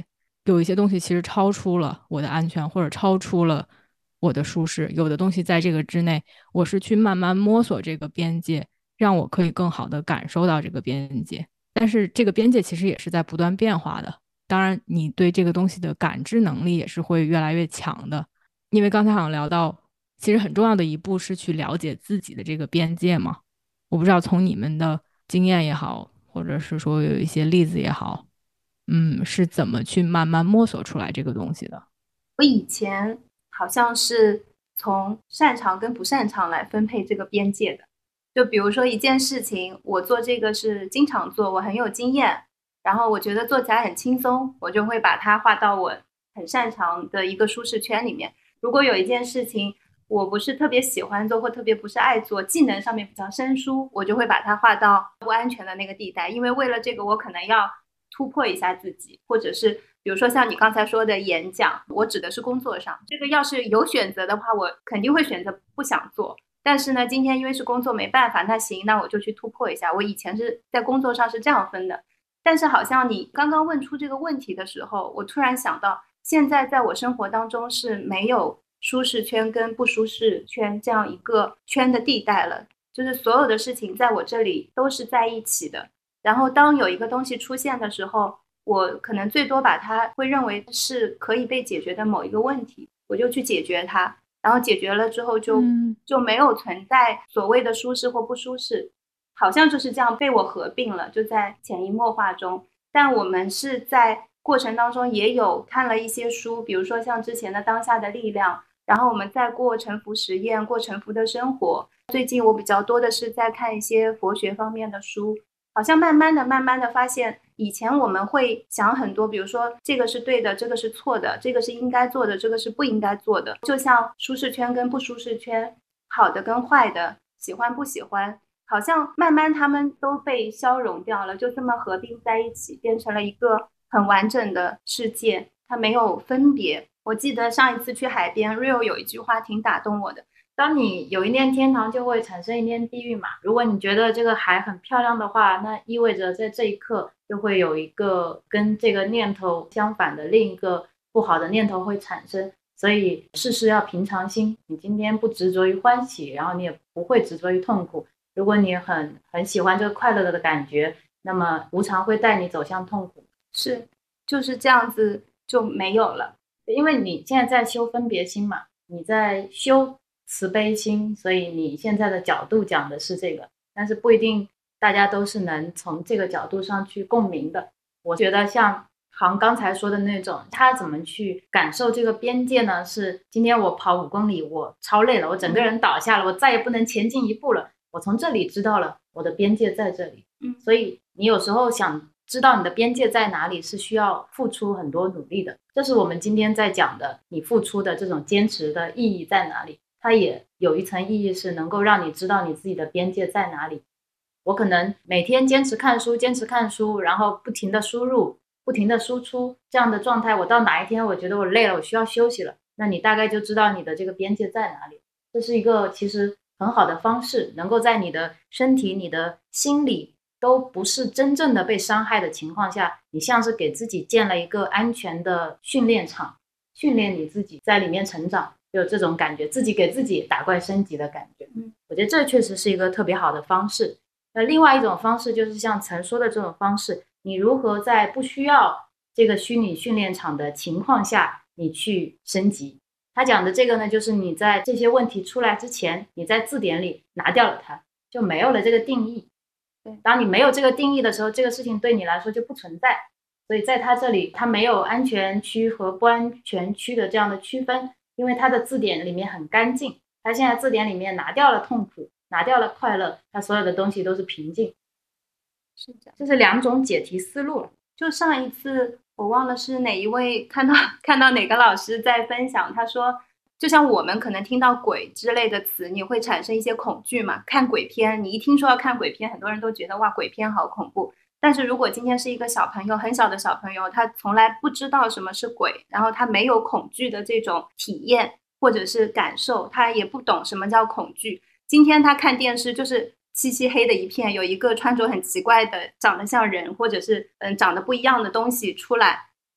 有一些东西其实超出了我的安全，或者超出了我的舒适，有的东西在这个之内，我是去慢慢摸索这个边界，让我可以更好的感受到这个边界。但是这个边界其实也是在不断变化的，当然你对这个东西的感知能力也是会越来越强的。因为刚才好像聊到其实很重要的一步是去了解自己的这个边界嘛，我不知道从你们的经验也好，或者是说有一些例子也好，嗯，是怎么去慢慢摸索出来这个东西的？ 我以前好像是从擅长跟不擅长来分配这个边界的。就比如说一件事情，我做这个是经常做，我很有经验，然后我觉得做起来很轻松，我就会把它划到我很擅长的一个舒适圈里面。如果有一件事情我不是特别喜欢做，或特别不是爱做，技能上面比较生疏，我就会把它划到不安全的那个地带，因为为了这个我可能要突破一下自己，或者是比如说像你刚才说的演讲，我指的是工作上，这个要是有选择的话，我肯定会选择不想做。但是呢，今天因为是工作没办法，那行，那我就去突破一下。我以前是在工作上是这样分的，但是好像你刚刚问出这个问题的时候，我突然想到，现在在我生活当中是没有舒适圈跟不舒适圈这样一个圈的地带了，就是所有的事情在我这里都是在一起的。然后当有一个东西出现的时候，我可能最多把它会认为是可以被解决的某一个问题，我就去解决它。然后解决了之后就、嗯、就没有存在所谓的舒适或不舒适，好像就是这样被我合并了，就在潜移默化中。但我们是在过程当中也有看了一些书，比如说像之前的当下的力量，然后我们在过沉浮实验，过沉浮的生活。最近我比较多的是在看一些佛学方面的书，好像慢慢的慢慢的发现，以前我们会想很多，比如说这个是对的，这个是错的，这个是应该做的，这个是不应该做的，就像舒适圈跟不舒适圈，好的跟坏的，喜欢不喜欢，好像慢慢他们都被消融掉了，就这么合并在一起，变成了一个很完整的世界，它没有分别。我记得上一次去海边 Rio 有一句话挺打动我的， 当你有一念天堂，就会产生一念地狱嘛。如果你觉得这个海很漂亮的话，那意味着在这一刻就会有一个跟这个念头相反的另一个不好的念头会产生。所以事事要平常心，你今天不执着于欢喜，然后你也不会执着于痛苦。如果你很很喜欢这个快乐的感觉，那么无常会带你走向痛苦。 是，就是这样子就没有了。 因为你现在在修分别心嘛，你在修慈悲心，所以你现在的角度讲的是这个，但是不一定大家都是能从这个角度上去共鸣的。我觉得像航刚才说的那种，他怎么去感受这个边界呢？是今天我跑五公里，我超累了，我整个人倒下了，我再也不能前进一步了，我从这里知道了我的边界在这里。 嗯， 所以你有时候想知道你的边界在哪里，是需要付出很多努力的。这是我们今天在讲的，你付出的这种坚持的意义在哪里？它也有一层意义是能够让你知道你自己的边界在哪里。我可能每天坚持看书，坚持看书，然后不停的输入，不停的输出，这样的状态，我到哪一天我觉得我累了，我需要休息了，那你大概就知道你的这个边界在哪里。这是一个其实很好的方式，能够在你的身体、你的心理都不是真正的被伤害的情况下，你像是给自己建了一个安全的训练场，训练你自己在里面成长，就有这种感觉，自己给自己打怪升级的感觉。嗯，我觉得这确实是一个特别好的方式。那另外一种方式就是像曾说的这种方式，你如何在不需要这个虚拟训练场的情况下，你去升级。他讲的这个呢，就是你在这些问题出来之前，你在字典里拿掉了它，就没有了这个定义。对，当你没有这个定义的时候，这个事情对你来说就不存在。所以在他这里，他没有安全区和不安全区的这样的区分，因为他的字典里面很干净。他现在字典里面拿掉了痛苦，拿掉了快乐，他所有的东西都是平静。 是这样， 这是两种解题思路。 就上一次我忘了是哪一位看到看到哪个老师在分享，他说就像我们可能听到鬼之类的词，你会产生一些恐惧嘛，看鬼片，你一听说要看鬼片，很多人都觉得哇鬼片好恐怖。但是如果今天是一个小朋友，很小的小朋友，他从来不知道什么是鬼，然后他没有恐惧的这种体验或者是感受，他也不懂什么叫恐惧。今天他看电视就是漆漆黑的一片，有一个穿着很奇怪的长得像人或者是嗯长得不一样的东西出来，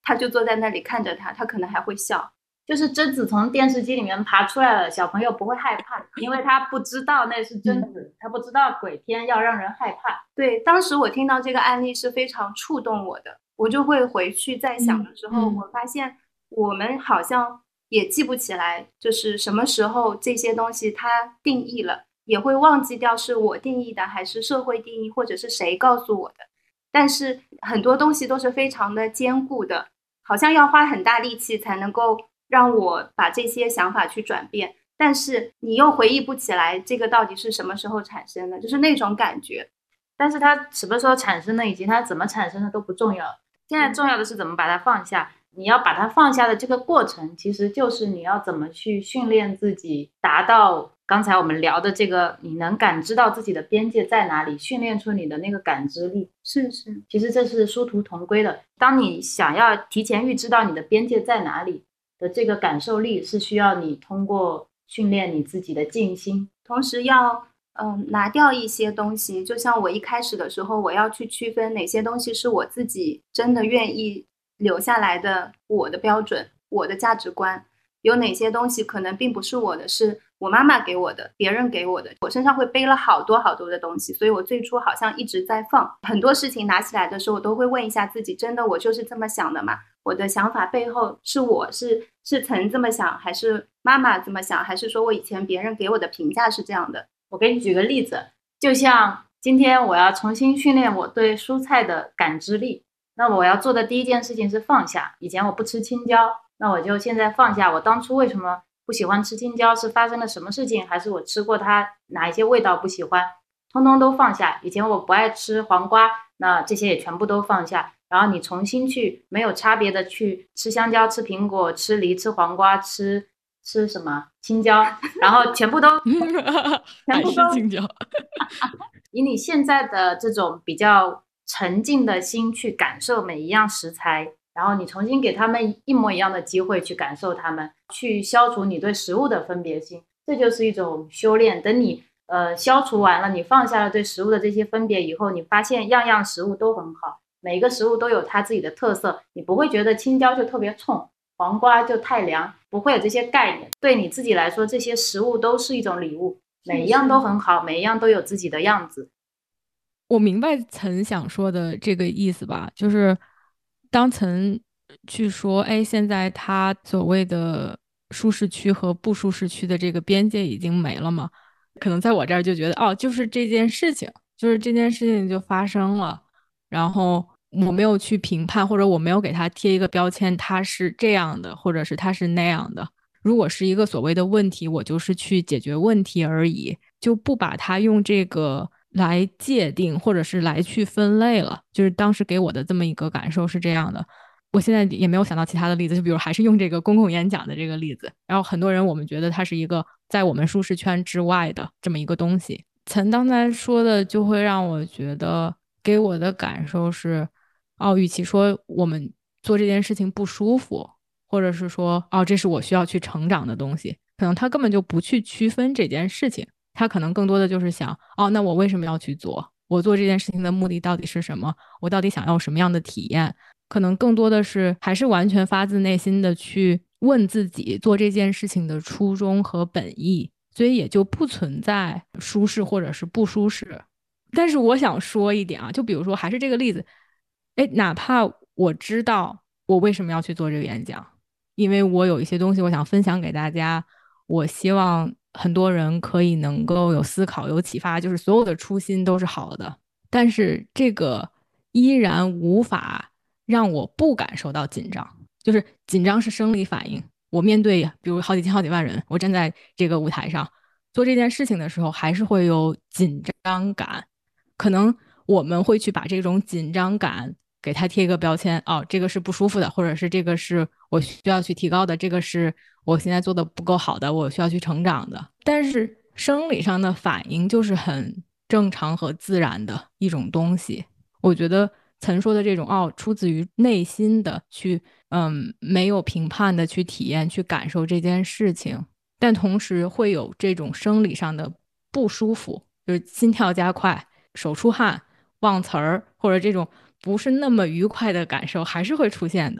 他就坐在那里看着他，他可能还会笑。 就是贞子从电视机里面爬出来了，小朋友不会害怕，因为他不知道那是贞子，嗯、他不知道鬼片要让人害怕。 对，当时我听到这个案例是非常触动我的，我就会回去在想的时候，嗯嗯、我发现我们好像也记不起来，就是什么时候这些东西它定义了，也会忘记掉是我定义的，还是社会定义，或者是谁告诉我的。但是很多东西都是非常的坚固的，好像要花很大力气才能够让我把这些想法去转变，但是你又回忆不起来这个到底是什么时候产生的，就是那种感觉。 但是它什么时候产生的以及它怎么产生的都不重要，现在重要的是怎么把它放下。你要把它放下的这个过程，其实就是你要怎么去训练自己，达到刚才我们聊的这个，你能感知到自己的边界在哪里，训练出你的那个感知力。 是是， 其实这是殊途同归的。当你想要提前预知到你的边界在哪里的这个感受力，是需要你通过训练你自己的静心， 同时要嗯拿掉一些东西。就像我一开始的时候，我要去区分哪些东西是我自己真的愿意留下来的，我的标准，我的价值观，有哪些东西可能并不是我的，是我妈妈给我的，别人给我的。我身上会背了好多好多的东西，所以我最初好像一直在放很多事情，拿起来的时候我都会问一下自己，真的我就是这么想的吗？我的想法背后是我是是曾这么想，还是妈妈这么想，还是说我以前别人给我的评价是这样的？ 我给你举个例子，就像今天我要重新训练我对蔬菜的感知力，那我要做的第一件事情是放下。以前我不吃青椒，那我就现在放下，我当初为什么不喜欢吃青椒，是发生了什么事情，还是我吃过它哪一些味道不喜欢，通通都放下。以前我不爱吃黄瓜，那这些也全部都放下，然后你重新去没有差别的去吃香蕉，吃苹果，吃梨，吃黄瓜，吃吃什么青椒，然后全部都全部都青椒以你现在的这种比较沉静的心去感受每一样食材，然后你重新给他们一模一样的机会去感受他们，去消除你对食物的分别心，这就是一种修炼。等你呃消除完了，你放下了对食物的这些分别以后，你发现样样食物都很好，每一个食物都有它自己的特色，你不会觉得青椒就特别冲，黄瓜就太凉，不会有这些概念。对你自己来说，这些食物都是一种礼物，每一样都很好，每一样都有自己的样子。 我明白岑想说的这个意思吧，就是当岑去说，哎，现在他所谓的舒适区和不舒适区的这个边界已经没了嘛，可能在我这儿就觉得，哦，就是这件事情，就是这件事情就发生了，然后我没有去评判，或者我没有给他贴一个标签，他是这样的，或者是他是那样的。如果是一个所谓的问题，我就是去解决问题而已，就不把它用这个来界定，或者是来去分类了。就是当时给我的这么一个感受是这样的。我现在也没有想到其他的例子，就比如还是用这个公共演讲的这个例子，然后很多人我们觉得它是一个在我们舒适圈之外的这么一个东西。岑刚才说的就会让我觉得，给我的感受是，哦，与其说我们做这件事情不舒服，或者是说，哦，这是我需要去成长的东西，可能他根本就不去区分这件事情，他可能更多的就是想，哦，那我为什么要去做？我做这件事情的目的到底是什么？我到底想要什么样的体验？可能更多的是还是完全发自内心的去问自己做这件事情的初衷和本意，所以也就不存在舒适或者是不舒适。但是我想说一点啊，就比如说还是这个例子，哎，哪怕我知道我为什么要去做这个演讲，因为我有一些东西我想分享给大家，我希望很多人可以能够有思考有启发，就是所有的初心都是好的，但是这个依然无法让我不感受到紧张。就是紧张是生理反应，我面对比如好几千好几万人，我站在这个舞台上做这件事情的时候还是会有紧张感，可能我们会去把这种紧张感给它贴一个标签，哦，这个是不舒服的，或者是这个是我需要去提高的，这个是我现在做的不够好的，我需要去成长的。但是生理上的反应就是很正常和自然的一种东西。我觉得岑说的这种，哦，出自于内心的去嗯，没有评判的去体验去感受这件事情，但同时会有这种生理上的不舒服，就是心跳加快，手出汗，忘词儿，或者这种不是那么愉快的感受还是会出现的。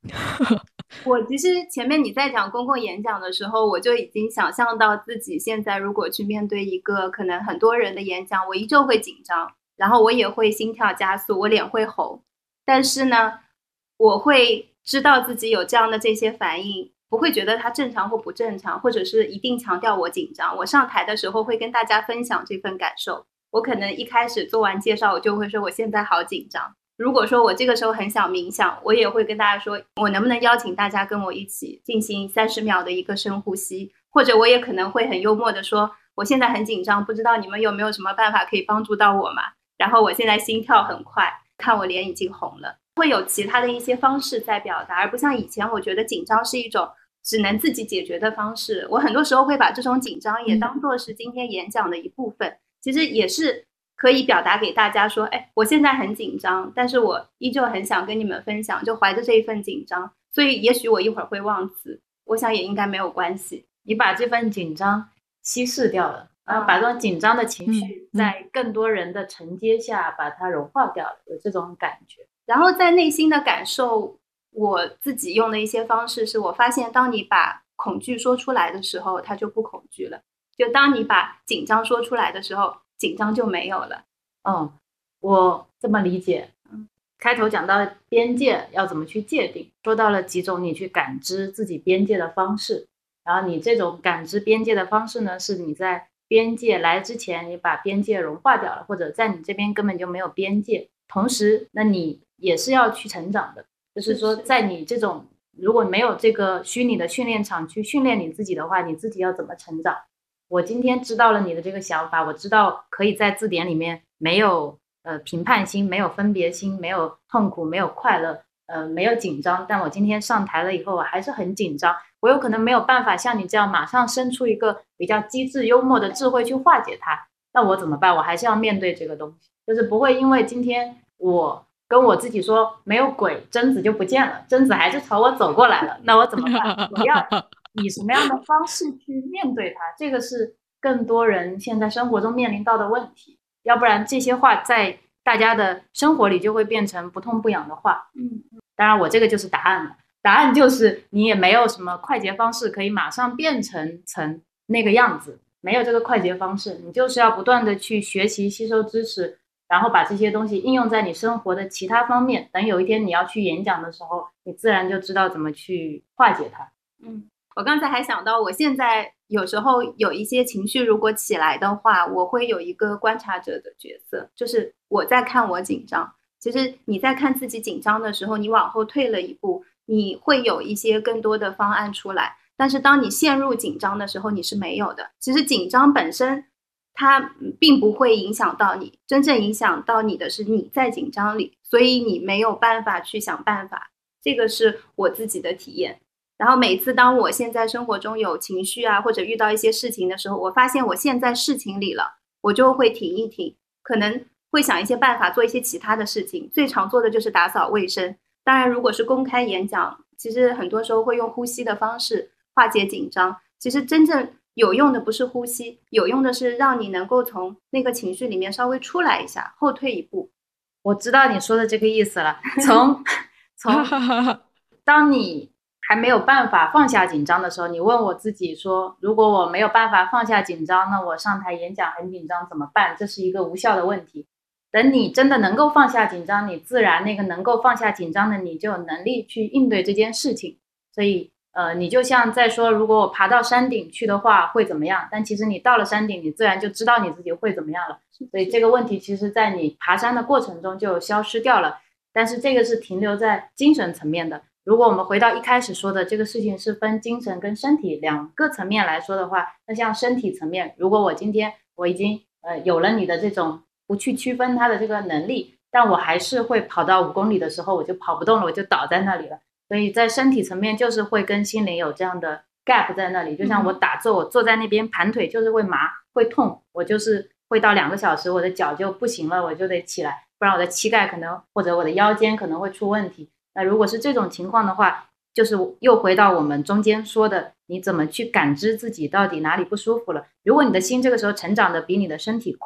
我其实前面你在讲公共演讲的时候，我就已经想象到自己现在如果去面对一个可能很多人的演讲，我依旧会紧张，然后我也会心跳加速，我脸会红，但是呢，我会知道自己有这样的这些反应，不会觉得它正常或不正常，或者是一定强调我紧张。我上台的时候会跟大家分享这份感受，我可能一开始做完介绍，我就会说我现在好紧张。如果说我这个时候很想冥想，我也会跟大家说我能不能邀请大家跟我一起进行三十秒的一个深呼吸，或者我也可能会很幽默的说我现在很紧张，不知道你们有没有什么办法可以帮助到我嘛，然后我现在心跳很快，看我脸已经红了，会有其他的一些方式在表达，而不像以前我觉得紧张是一种只能自己解决的方式。我很多时候会把这种紧张也当作是今天演讲的一部分，其实也是可以表达给大家说，哎，我现在很紧张，但是我依旧很想跟你们分享，就怀着这一份紧张，所以也许我一会儿会忘词，我想也应该没有关系。 你把这份紧张稀释掉了，然后把这种紧张的情绪在更多人的承接下把它融化掉了，有这种感觉。 然后在内心的感受，我自己用的一些方式是，我发现当你把恐惧说出来的时候，它就不恐惧了，就当你把紧张说出来的时候，紧张就没有了。 嗯，我这么理解。嗯，开头讲到边界要怎么去界定，说到了几种你去感知自己边界的方式，然后你这种感知边界的方式呢，是你在边界来之前你把边界融化掉了，或者在你这边根本就没有边界，同时那你也是要去成长的，就是说在你这种如果没有这个虚拟的训练场去训练你自己的话，你自己要怎么成长？我今天知道了你的这个想法，我知道可以在字典里面没有呃评判心，没有分别心，没有痛苦，没有快乐，呃没有紧张，但我今天上台了以后我还是很紧张，我有可能没有办法像你这样马上生出一个比较机智幽默的智慧去化解它，那我怎么办？我还是要面对这个东西，就是不会因为今天我跟我自己说没有鬼，贞子就不见了，贞子还是朝我走过来了，那我怎么办？我要以什么样的方式去面对它？这个是更多人现在生活中面临到的问题，要不然这些话在大家的生活里就会变成不痛不痒的话。嗯，当然我这个就是答案了，答案就是你也没有什么快捷方式可以马上变成成那个样子，没有这个快捷方式，你就是要不断的去学习吸收知识，然后把这些东西应用在你生活的其他方面，等有一天你要去演讲的时候，你自然就知道怎么去化解它。 嗯，我刚才还想到，我现在有时候有一些情绪如果起来的话，我会有一个观察者的角色，就是我在看我紧张，其实你在看自己紧张的时候，你往后退了一步，你会有一些更多的方案出来，但是当你陷入紧张的时候，你是没有的。其实紧张本身它并不会影响到你，真正影响到你的是你在紧张里，所以你没有办法去想办法，这个是我自己的体验。然后每次当我现在生活中有情绪啊，或者遇到一些事情的时候，我发现我现在事情里了，我就会停一停，可能会想一些办法做一些其他的事情，最常做的就是打扫卫生。当然如果是公开演讲，其实很多时候会用呼吸的方式化解紧张，其实真正有用的不是呼吸，有用的是让你能够从那个情绪里面稍微出来一下，后退一步。 我知道你说的这个意思了，从从当你还没有办法放下紧张的时候，你问我自己说，如果我没有办法放下紧张，那我上台演讲很紧张怎么办？这是一个无效的问题。等你真的能够放下紧张，你自然那个能够放下紧张的你就有能力去应对这件事情。所以呃，你就像在说，如果我爬到山顶去的话会怎么样？但其实你到了山顶，你自然就知道你自己会怎么样了。所以这个问题其实在你爬山的过程中就消失掉了。但是这个是停留在精神层面的。如果我们回到一开始说的这个事情是分精神跟身体两个层面来说的话，那像身体层面，如果我今天我已经呃有了你的这种不去区分它的这个能力，但我还是会跑到五公里的时候我就跑不动了，我就倒在那里了。所以在身体层面就是会跟心灵有这样的 gap 在那里，就像我打坐，我坐在那边盘腿就是会麻会痛，我就是会到两个小时我的脚就不行了，我就得起来，不然我的膝盖可能或者我的腰间可能会出问题。那如果是这种情况的话，就是又回到我们中间说的，你怎么去感知自己到底哪里不舒服了。如果你的心这个时候成长的比你的身体快，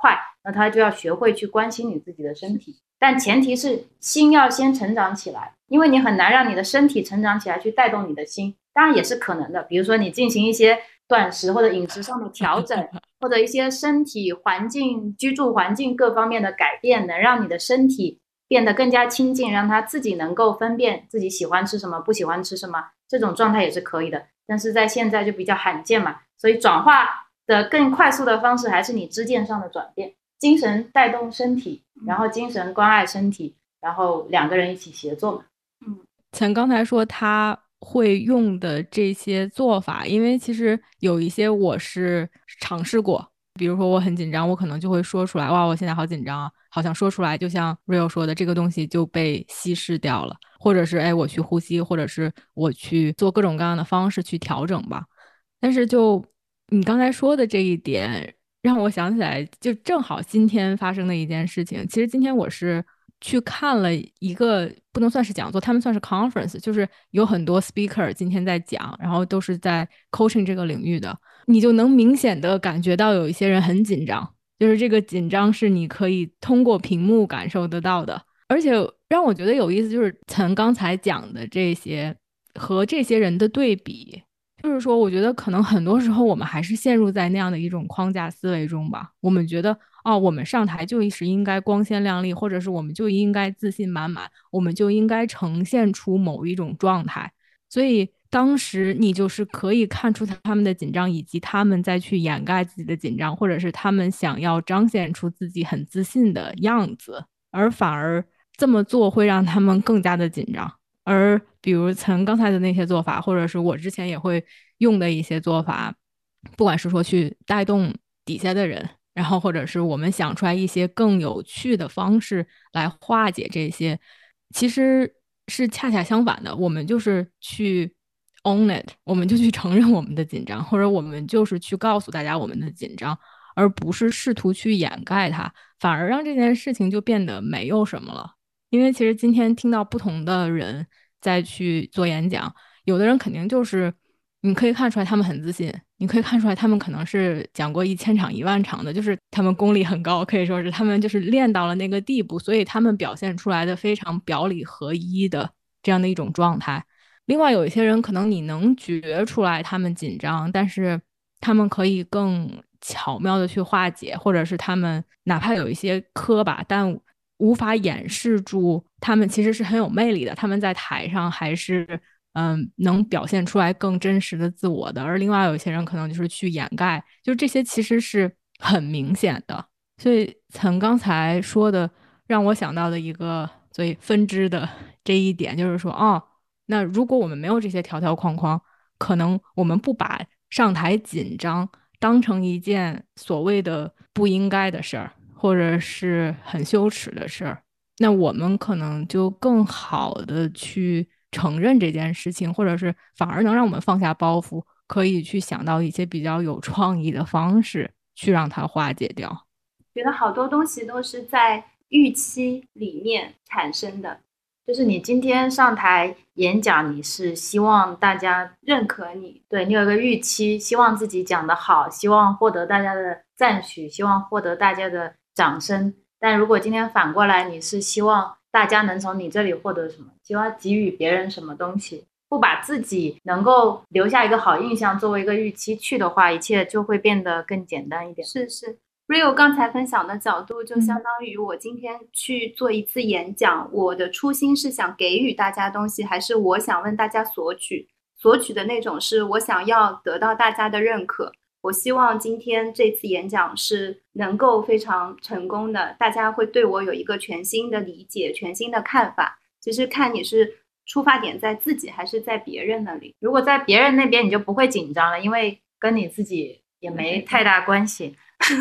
那他就要学会去关心你自己的身体，但前提是心要先成长起来，因为你很难让你的身体成长起来去带动你的心，当然也是可能的，比如说你进行一些断食或者饮食上的调整，或者一些身体环境、居住环境各方面的改变，能让你的身体变得更加亲近，让他自己能够分辨自己喜欢吃什么，不喜欢吃什么，这种状态也是可以的。但是在现在就比较罕见嘛，所以转化的更快速的方式还是你支线上的转变，精神带动身体，然后精神关爱身体，然后两个人一起协作嘛。 嗯，陈刚才说他会用的这些做法，因为其实有一些我是尝试过，比如说我很紧张，我可能就会说出来，哇，我现在好紧张啊，好像说出来就像 Rio 说的，这个东西就被稀释掉了，或者是哎，我去呼吸，或者是我去做各种各样的方式去调整吧。但是就你刚才说的这一点，让我想起来，就正好今天发生的一件事情。其实今天我是去看了一个不能算是讲座，他们算是 conference， 就是有很多 speaker 今天在讲，然后都是在 coaching 这个领域的，你就能明显的感觉到有一些人很紧张，就是这个紧张是你可以通过屏幕感受得到的。而且让我觉得有意思，就是陈刚才讲的这些和这些人的对比，就是说我觉得可能很多时候我们还是陷入在那样的一种框架思维中吧，我们觉得哦，我们上台就是应该光鲜亮丽，或者是我们就应该自信满满，我们就应该呈现出某一种状态，所以当时你就是可以看出他们的紧张，以及他们再去掩盖自己的紧张，或者是他们想要彰显出自己很自信的样子，而反而这么做会让他们更加的紧张。而比如陈刚才的那些做法，或者是我之前也会用的一些做法，不管是说去带动底下的人，然后或者是我们想出来一些更有趣的方式来化解这些，其实是恰恰相反的，我们就是去 own it， 我们就去承认我们的紧张，或者我们就是去告诉大家我们的紧张，而不是试图去掩盖它，反而让这件事情就变得没有什么了。因为其实今天听到不同的人再去做演讲，有的人肯定就是你可以看出来他们很自信，你可以看出来他们可能是讲过一千场一万场的，就是他们功力很高，可以说是他们就是练到了那个地步，所以他们表现出来的非常表里合一的这样的一种状态。另外有一些人可能你能觉出来他们紧张，但是他们可以更巧妙的去化解，或者是他们哪怕有一些磕巴，但无法掩饰住他们其实是很有魅力的，他们在台上还是嗯能表现出来更真实的自我的。而另外有一些人可能就是去掩盖，就这些其实是很明显的。所以从刚才说的让我想到的一个最分支的这一点就是说，哦，那如果我们没有这些条条框框，可能我们不把上台紧张当成一件所谓的不应该的事儿，或者是很羞耻的事儿，那我们可能就更好的去承认这件事情，或者是反而能让我们放下包袱，可以去想到一些比较有创意的方式去让它化解掉。 觉得好多东西都是在预期里面产生的， 就是你今天上台演讲，你是希望大家认可你，对你有一个预期，希望自己讲得好，希望获得大家的赞许，希望获得大家的掌声。但如果今天反过来，你是希望大家能从你这里获得什么，希望给予别人什么东西，不把自己能够留下一个好印象作为一个预期去的话，一切就会变得更简单一点。 是是，Rio 刚才分享的角度就相当于我今天去做一次演讲，嗯、我的初心是想给予大家东西，还是我想问大家索取？索取的那种是我想要得到大家的认可。我希望今天这次演讲是能够非常成功的，大家会对我有一个全新的理解，全新的看法。其实看你是出发点在自己还是在别人那里。 如果在别人那边你就不会紧张了，因为跟你自己也没太大关系。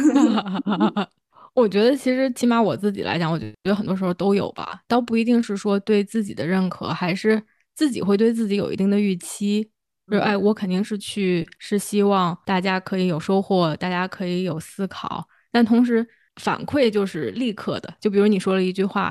我觉得其实起码我自己来讲，我觉得很多时候都有吧，倒不一定是说对自己的认可，还是自己会对自己有一定的预期，就是哎，我肯定是去是希望大家可以有收获，大家可以有思考，但同时反馈就是立刻的，就比如你说了一句话，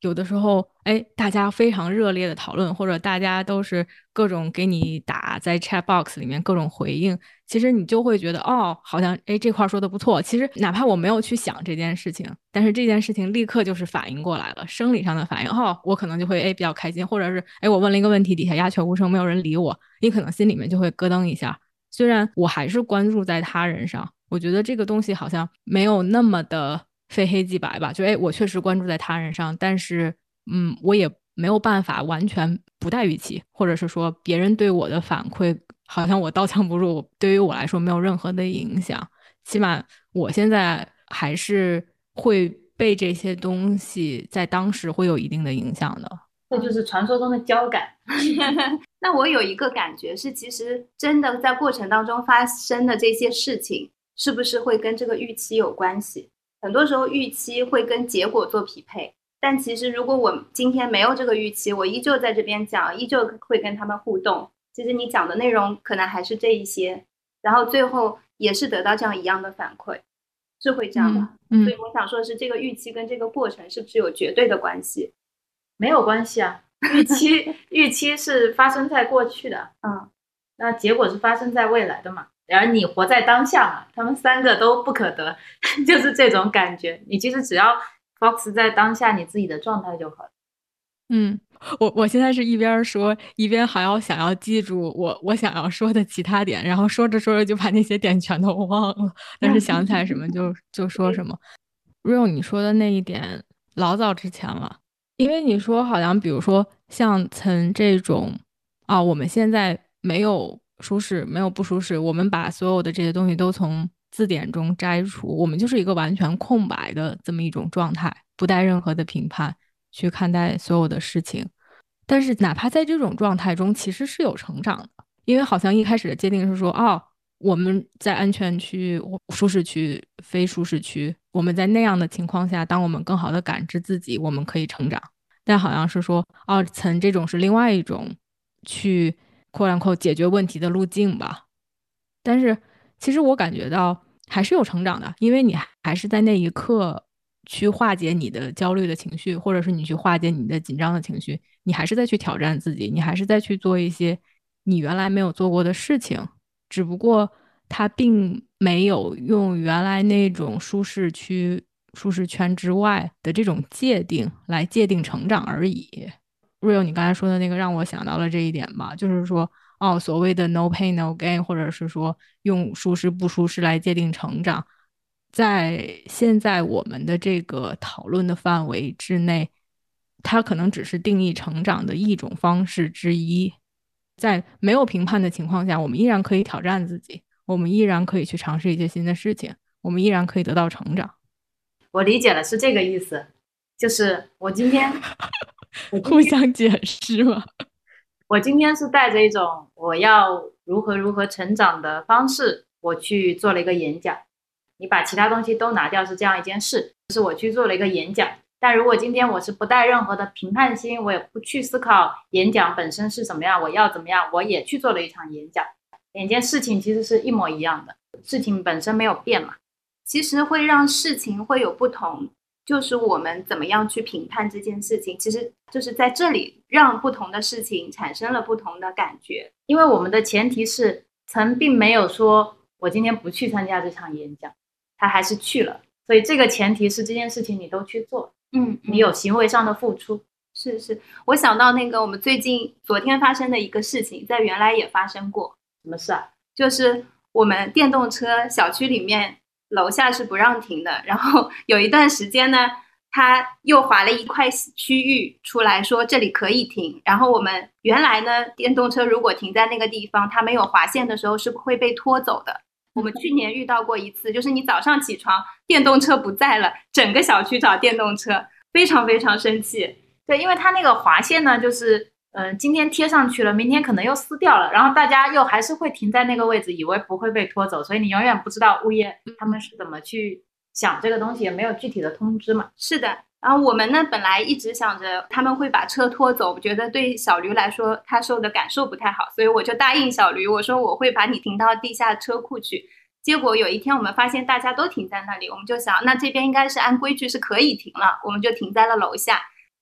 有的时候，哎，大家非常热烈的讨论，或者大家都是各种给你打在 chat box 里面各种回应，其实你就会觉得，哦，好像哎这块说的不错。其实哪怕我没有去想这件事情，但是这件事情立刻就是反应过来了，生理上的反应，哦，我可能就会哎比较开心，或者是哎我问了一个问题，底下鸦雀无声，没有人理我，你可能心里面就会咯噔一下。虽然我还是关注在他人上，我觉得这个东西好像没有那么的非黑即白吧，就哎，我确实关注在他人上，但是嗯，我也没有办法完全不带预期，或者是说别人对我的反馈好像我刀枪不入，对于我来说没有任何的影响。起码我现在还是会被这些东西在当时会有一定的影响的。 这就是传说中的交感。 那我有一个感觉是，其实真的在过程当中发生的这些事情，是不是会跟这个预期有关系？很多时候预期会跟结果做匹配，但其实如果我今天没有这个预期，我依旧在这边讲，依旧会跟他们互动，其实你讲的内容可能还是这一些，然后最后也是得到这样一样的反馈，是会这样的。 嗯嗯、 所以我想说的是，这个预期跟这个过程是不是有绝对的关系？ 没有关系啊，预期预期是发生在过去的， 嗯， 那结果是发生在未来的嘛。而你活在当下嘛，他们三个都不可得，就是这种感觉。你其实只要 focus 在当下你自己的状态就好了。 嗯，我我现在是一边说一边还要想要记住我我想要说的其他点，然后说着说着就把那些点全都忘了，但是想起来什么就就说什么。Real 你说的那一点老早之前了，因为你说好像比如说像曾这种啊，我们现在没有舒适，没有不舒适，我们把所有的这些东西都从字典中摘除，我们就是一个完全空白的这么一种状态，不带任何的评判去看待所有的事情。但是哪怕在这种状态中，其实是有成长的，因为好像一开始的界定是说，哦，我们在安全区、舒适区、非舒适区，我们在那样的情况下，当我们更好的感知自己，我们可以成长。但好像是说，哦，曾这种是另外一种去扩然扩解决问题的路径吧。但是其实我感觉到还是有成长的，因为你还是在那一刻去化解你的焦虑的情绪，或者是你去化解你的紧张的情绪，你还是在去挑战自己，你还是在去做一些你原来没有做过的事情，只不过它并没有用原来那种舒适区、舒适圈之外的这种界定来界定成长而已。Real 你刚才说的那个让我想到了这一点吧，就是说哦，所谓的 no pain no gain， 或者是说用舒适不舒适来界定成长，在现在我们的这个讨论的范围之内，它可能只是定义成长的一种方式之一。在没有评判的情况下，我们依然可以挑战自己，我们依然可以去尝试一些新的事情，我们依然可以得到成长。 我理解了，是这个意思，就是我今天互相解释吗？ 我今天是带着一种我要如何如何成长的方式，我去做了一个演讲。你把其他东西都拿掉是这样一件事，就是我去做了一个演讲。但如果今天我是不带任何的评判心，我也不去思考演讲本身是怎么样，我要怎么样，我也去做了一场演讲，两件事情其实是一模一样的，事情本身没有变嘛。 其实会让事情会有不同，就是我们怎么样去评判这件事情，其实就是在这里让不同的事情产生了不同的感觉。 因为我们的前提是曾并没有说我今天不去参加这场演讲，他还是去了，所以这个前提是这件事情你都去做， 嗯， 你有行为上的付出。 是是，我想到那个我们最近昨天发生的一个事情，在原来也发生过。 什么事啊？ 就是我们电动车小区里面楼下是不让停的，然后有一段时间呢，他又划了一块区域出来说这里可以停，然后我们原来呢电动车如果停在那个地方，它没有划线的时候是会被拖走的。我们去年遇到过一次，就是你早上起床电动车不在了，整个小区找电动车，非常非常生气。 对，因为它那个划线呢，就是呃，今天贴上去了，明天可能又撕掉了，然后大家又还是会停在那个位置，以为不会被拖走，所以你永远不知道物业他们是怎么去想这个东西，也没有具体的通知嘛。 是的，然后我们呢本来一直想着他们会把车拖走，我觉得对小驴来说他受的感受不太好，所以我就答应小驴，我说我会把你停到地下车库去。结果有一天我们发现大家都停在那里，我们就想那这边应该是按规矩是可以停了，我们就停在了楼下。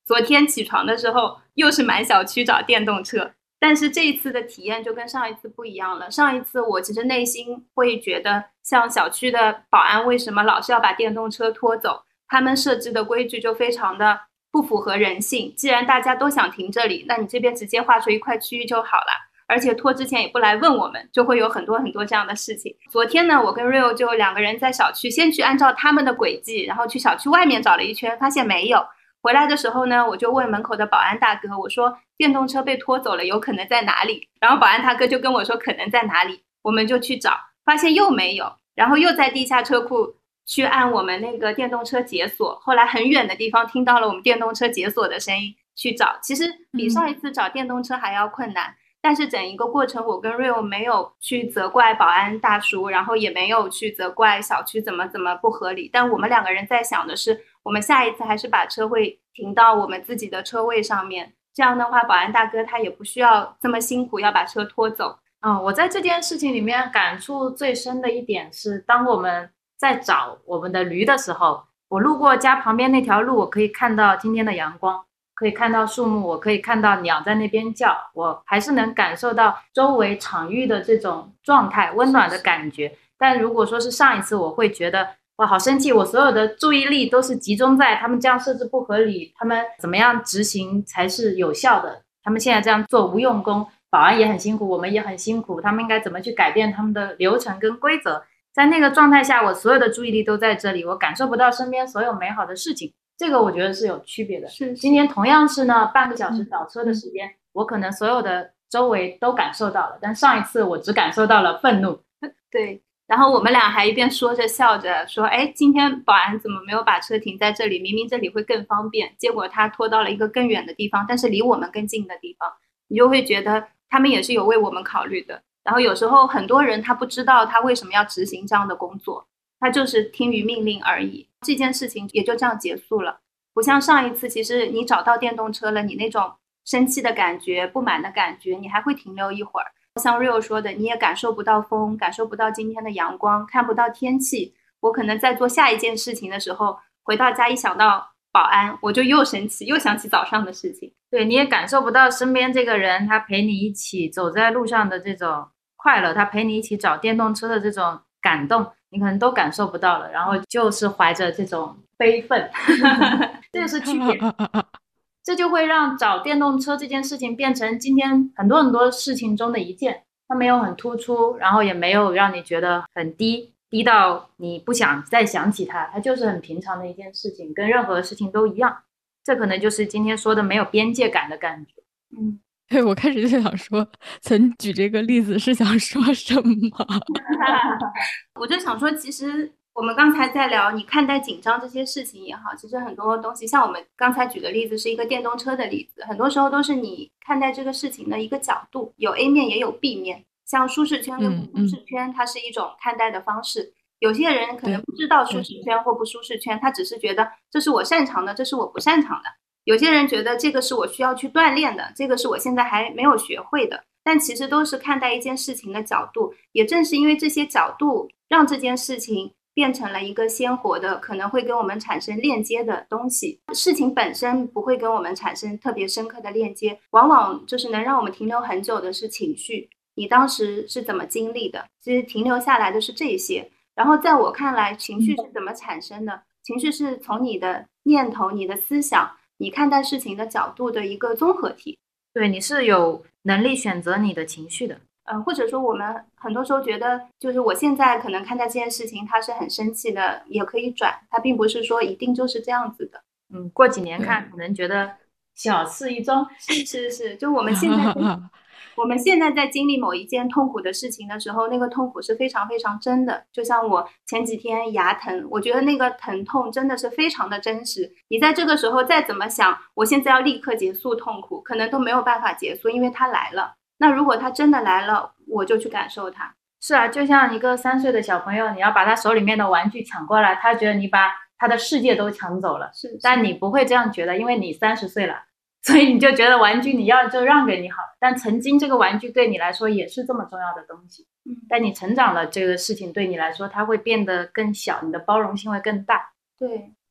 昨天起床的时候又是满小区找电动车，但是这一次的体验就跟上一次不一样了。上一次我其实内心会觉得，像小区的保安为什么老是要把电动车拖走，他们设置的规矩就非常的不符合人性。既然大家都想停这里，那你这边直接划出一块区域就好了，而且拖之前也不来问我们，就会有很多很多这样的事情。昨天呢，我跟 Rio 就两个人在小区先去按照他们的轨迹，然后去小区外面找了一圈，发现没有。回来的时候呢，我就问门口的保安大哥，我说电动车被拖走了，有可能在哪里？然后保安大哥就跟我说可能在哪里，我们就去找，发现又没有，然后又在地下车库去按我们那个电动车解锁，后来很远的地方听到了我们电动车解锁的声音去找，其实比上一次找电动车还要困难。嗯，但是整一个过程我跟 Rio 没有去责怪保安大叔，然后也没有去责怪小区怎么怎么不合理，但我们两个人在想的是，我们下一次还是把车位停到我们自己的车位上面，这样的话保安大哥他也不需要这么辛苦要把车拖走。 嗯，我在这件事情里面感触最深的一点是，当我们在找我们的驴的时候，我路过家旁边那条路，我可以看到今天的阳光，可以看到树木，我可以看到鸟在那边叫，我还是能感受到周围场域的这种状态，温暖的感觉。但如果说是上一次，我会觉得哇好生气，我所有的注意力都是集中在他们这样设置不合理，他们怎么样执行才是有效的，他们现在这样做无用功，保安也很辛苦，我们也很辛苦，他们应该怎么去改变他们的流程跟规则。在那个状态下，我所有的注意力都在这里，我感受不到身边所有美好的事情，这个我觉得是有区别的。 是， 今天同样是呢半个小时找车的时间，嗯，我可能所有的周围都感受到了，但上一次我只感受到了愤怒。 对，然后我们俩还一边说着笑着说，哎，今天保安怎么没有把车停在这里，明明这里会更方便，结果他拖到了一个更远的地方，但是离我们更近的地方，你就会觉得他们也是有为我们考虑的。然后有时候很多人他不知道他为什么要执行这样的工作，他就是听于命令而已，这件事情也就这样结束了。不像上一次，其实你找到电动车了，你那种生气的感觉、不满的感觉，你还会停留一会儿。像 Rio 说的，你也感受不到风，感受不到今天的阳光，看不到天气。我可能在做下一件事情的时候，回到家一想到保安，我就又生气，又想起早上的事情。 对，你也感受不到身边这个人他陪你一起走在路上的这种快乐，他陪你一起找电动车的这种感动，你可能都感受不到了，然后就是怀着这种悲愤这就是区别这就会让找电动车这件事情变成今天很多很多事情中的一件，它没有很突出，然后也没有让你觉得很低低到你不想再想起它，它就是很平常的一件事情，跟任何事情都一样。这可能就是今天说的没有边界感的感觉。 嗯，对，我开始就想说曾举这个例子是想说什么我就想说其实我们刚才在聊你看待紧张这些事情也好，其实很多东西像我们刚才举的例子是一个电动车的例子，很多时候都是你看待这个事情的一个角度，有 A 面也有 B 面，像舒适圈跟不舒适圈它是一种看待的方式、嗯嗯、有些人可能不知道舒适圈或不舒适圈，他只是觉得这是我擅长的，这是我不擅长的，有些人觉得这个是我需要去锻炼的，这个是我现在还没有学会的，但其实都是看待一件事情的角度，也正是因为这些角度让这件事情变成了一个鲜活的可能会跟我们产生链接的东西。事情本身不会跟我们产生特别深刻的链接，往往就是能让我们停留很久的是情绪，你当时是怎么经历的，其实停留下来的是这些。然后在我看来，情绪是怎么产生的？情绪是从你的念头、你的思想、你看待事情的角度的一个综合体。 对，你是有能力选择你的情绪的。 呃，或者说我们很多时候觉得就是我现在可能看待这件事情它是很生气的，也可以转，它并不是说一定就是这样子的。 嗯，过几年看可能觉得小事一桩。 是是是，就我们现在我们现在在经历某一件痛苦的事情的时候，那个痛苦是非常非常真的，就像我前几天牙疼，我觉得那个疼痛真的是非常的真实，你在这个时候再怎么想我现在要立刻结束痛苦，可能都没有办法结束，因为它来了。那如果他真的来了，我就去感受它。 是啊，就像一个三岁的小朋友，你要把他手里面的玩具抢过来，他觉得你把他的世界都抢走了。 是， 但你不会这样觉得，因为你三十岁了，所以你就觉得玩具你要就让给你好。但曾经这个玩具对你来说也是这么重要的东西。嗯，但你成长了，这个事情对你来说它会变得更小，你的包容性会更大。 对。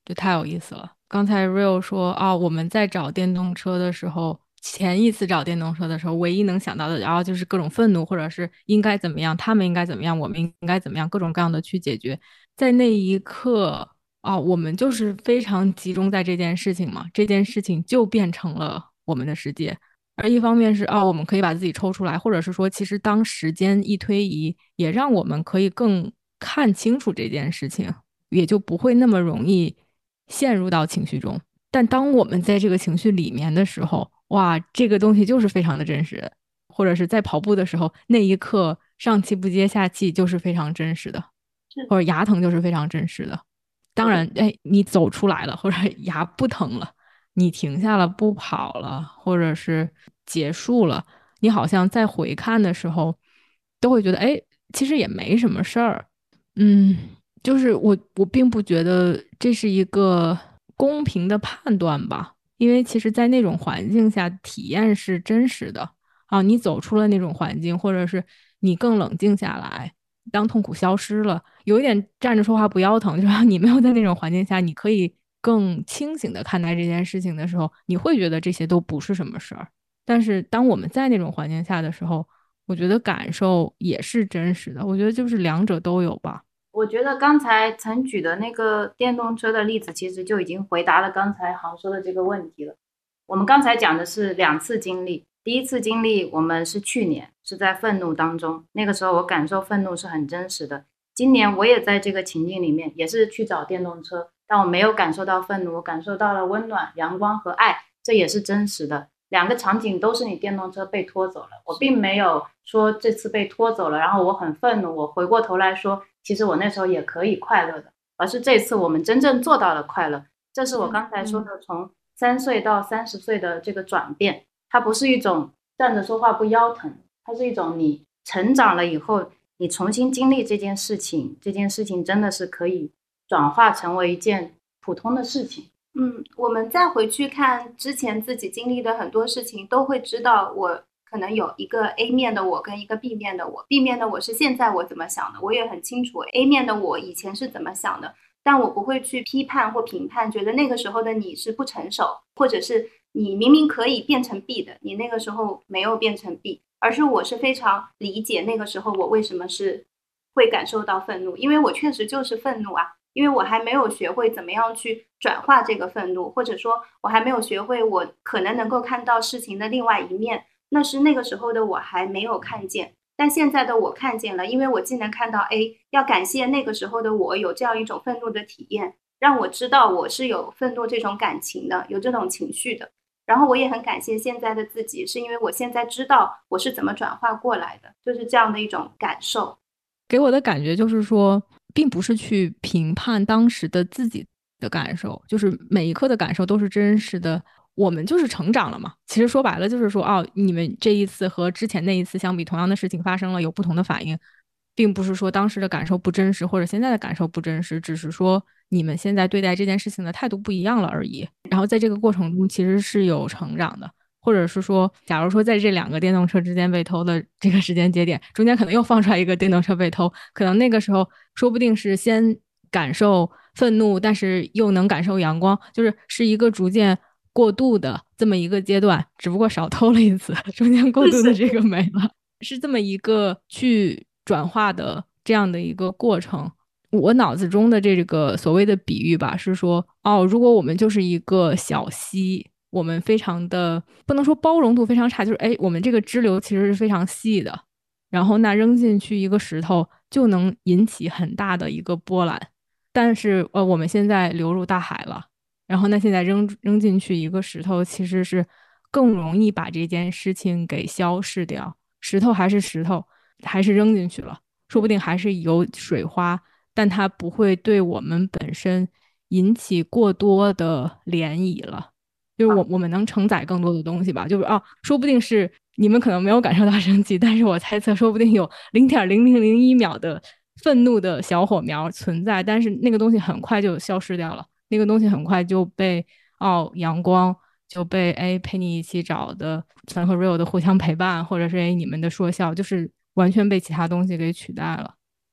就太有意思了。刚才 Real 说啊，我们在找电动车的时候，前一次找电动车的时候，唯一能想到的，然后就是各种愤怒，或者是应该怎么样，他们应该怎么样，我们应该怎么样，各种各样的去解决。在那一刻啊，我们就是非常集中在这件事情嘛，这件事情就变成了我们的世界。而一方面是啊，我们可以把自己抽出来，或者是说，其实当时间一推移，也让我们可以更看清楚这件事情，也就不会那么容易陷入到情绪中。但当我们在这个情绪里面的时候，哇，这个东西就是非常的真实，或者是在跑步的时候，那一刻上气不接下气就是非常真实的，或者牙疼就是非常真实的。当然，哎，你走出来了，或者牙不疼了，你停下了不跑了，或者是结束了，你好像在回看的时候都会觉得，哎，其实也没什么事儿。嗯，就是我我并不觉得这是一个公平的判断吧，因为其实在那种环境下体验是真实的啊，你走出了那种环境，或者是你更冷静下来，当痛苦消失了，有一点站着说话不腰疼，就是你没有在那种环境下，你可以更清醒的看待这件事情的时候，你会觉得这些都不是什么事儿。但是当我们在那种环境下的时候，我觉得感受也是真实的，我觉得就是两者都有吧。 我觉得刚才曾举的那个电动车的例子，其实就已经回答了刚才航说的这个问题了。我们刚才讲的是两次经历，第一次经历我们是去年，是在愤怒当中，那个时候我感受愤怒是很真实的。今年我也在这个情境里面，也是去找电动车，但我没有感受到愤怒，我感受到了温暖、阳光和爱，这也是真实的。两个场景都是你电动车被拖走了，我并没有说这次被拖走了，然后我很愤怒，我回过头来说其实我那时候也可以快乐的，而是这次我们真正做到了快乐。这是我刚才说的从三岁到三十岁的这个转变，它不是一种站着说话不腰疼，它是一种你成长了以后，你重新经历这件事情，这件事情真的是可以转化成为一件普通的事情。 嗯，我们再回去看之前自己经历的很多事情，都会知道我可能有一个 A 面的我跟一个 B 面的我。B 面的我是现在我怎么想的，我也很清楚 A 面的我以前是怎么想的，但我不会去批判或评判，觉得那个时候的你是不成熟，或者是你明明可以变成 B 的，你那个时候没有变成 B， 而是我是非常理解那个时候我为什么是会感受到愤怒，因为我确实就是愤怒啊。因为我还没有学会怎么样去转化这个愤怒，或者说我还没有学会我可能能够看到事情的另外一面，那是那个时候的我还没有看见，但现在的我看见了，因为我既能看到 A， 要感谢那个时候的我有这样一种愤怒的体验，让我知道我是有愤怒这种感情的，有这种情绪的。然后我也很感谢现在的自己，是因为我现在知道我是怎么转化过来的，就是这样的一种感受。 给我的感觉就是说，并不是去评判当时的自己的感受，就是每一刻的感受都是真实的，我们就是成长了嘛。其实说白了就是说，哦，你们这一次和之前那一次相比，同样的事情发生了，有不同的反应，并不是说当时的感受不真实，或者现在的感受不真实，只是说你们现在对待这件事情的态度不一样了而已。然后在这个过程中其实是有成长的。或者是说，假如说在这两个电动车之间被偷的这个时间节点，中间可能又放出来一个电动车被偷，可能那个时候说不定是先感受愤怒，但是又能感受阳光，就是是一个逐渐过渡的这么一个阶段，只不过少偷了一次，中间过渡的这个没了，是这么一个去转化的这样的一个过程。我脑子中的这个所谓的比喻吧，是说，哦，如果我们就是一个小溪，我们非常的不能说包容度非常差，就是哎，我们这个支流其实是非常细的，然后那扔进去一个石头就能引起很大的一个波澜，但是呃，我们现在流入大海了，然后那现在扔扔进去一个石头，其实是更容易把这件事情给消逝掉。石头还是石头，还是扔进去了，说不定还是有水花，但它不会对我们本身引起过多的涟漪了。就是我我们能承载更多的东西吧，就是啊，说不定是你们可能没有感受到生气，但是我猜测说不定有零点零零零一秒的愤怒的小火苗存在，但是那个东西很快就消失掉了，那个东西很快就被哦阳光就被哎陪你一起找的存和 real 的互相陪伴，或者是哎你们的说笑，就是完全被其他东西给取代了。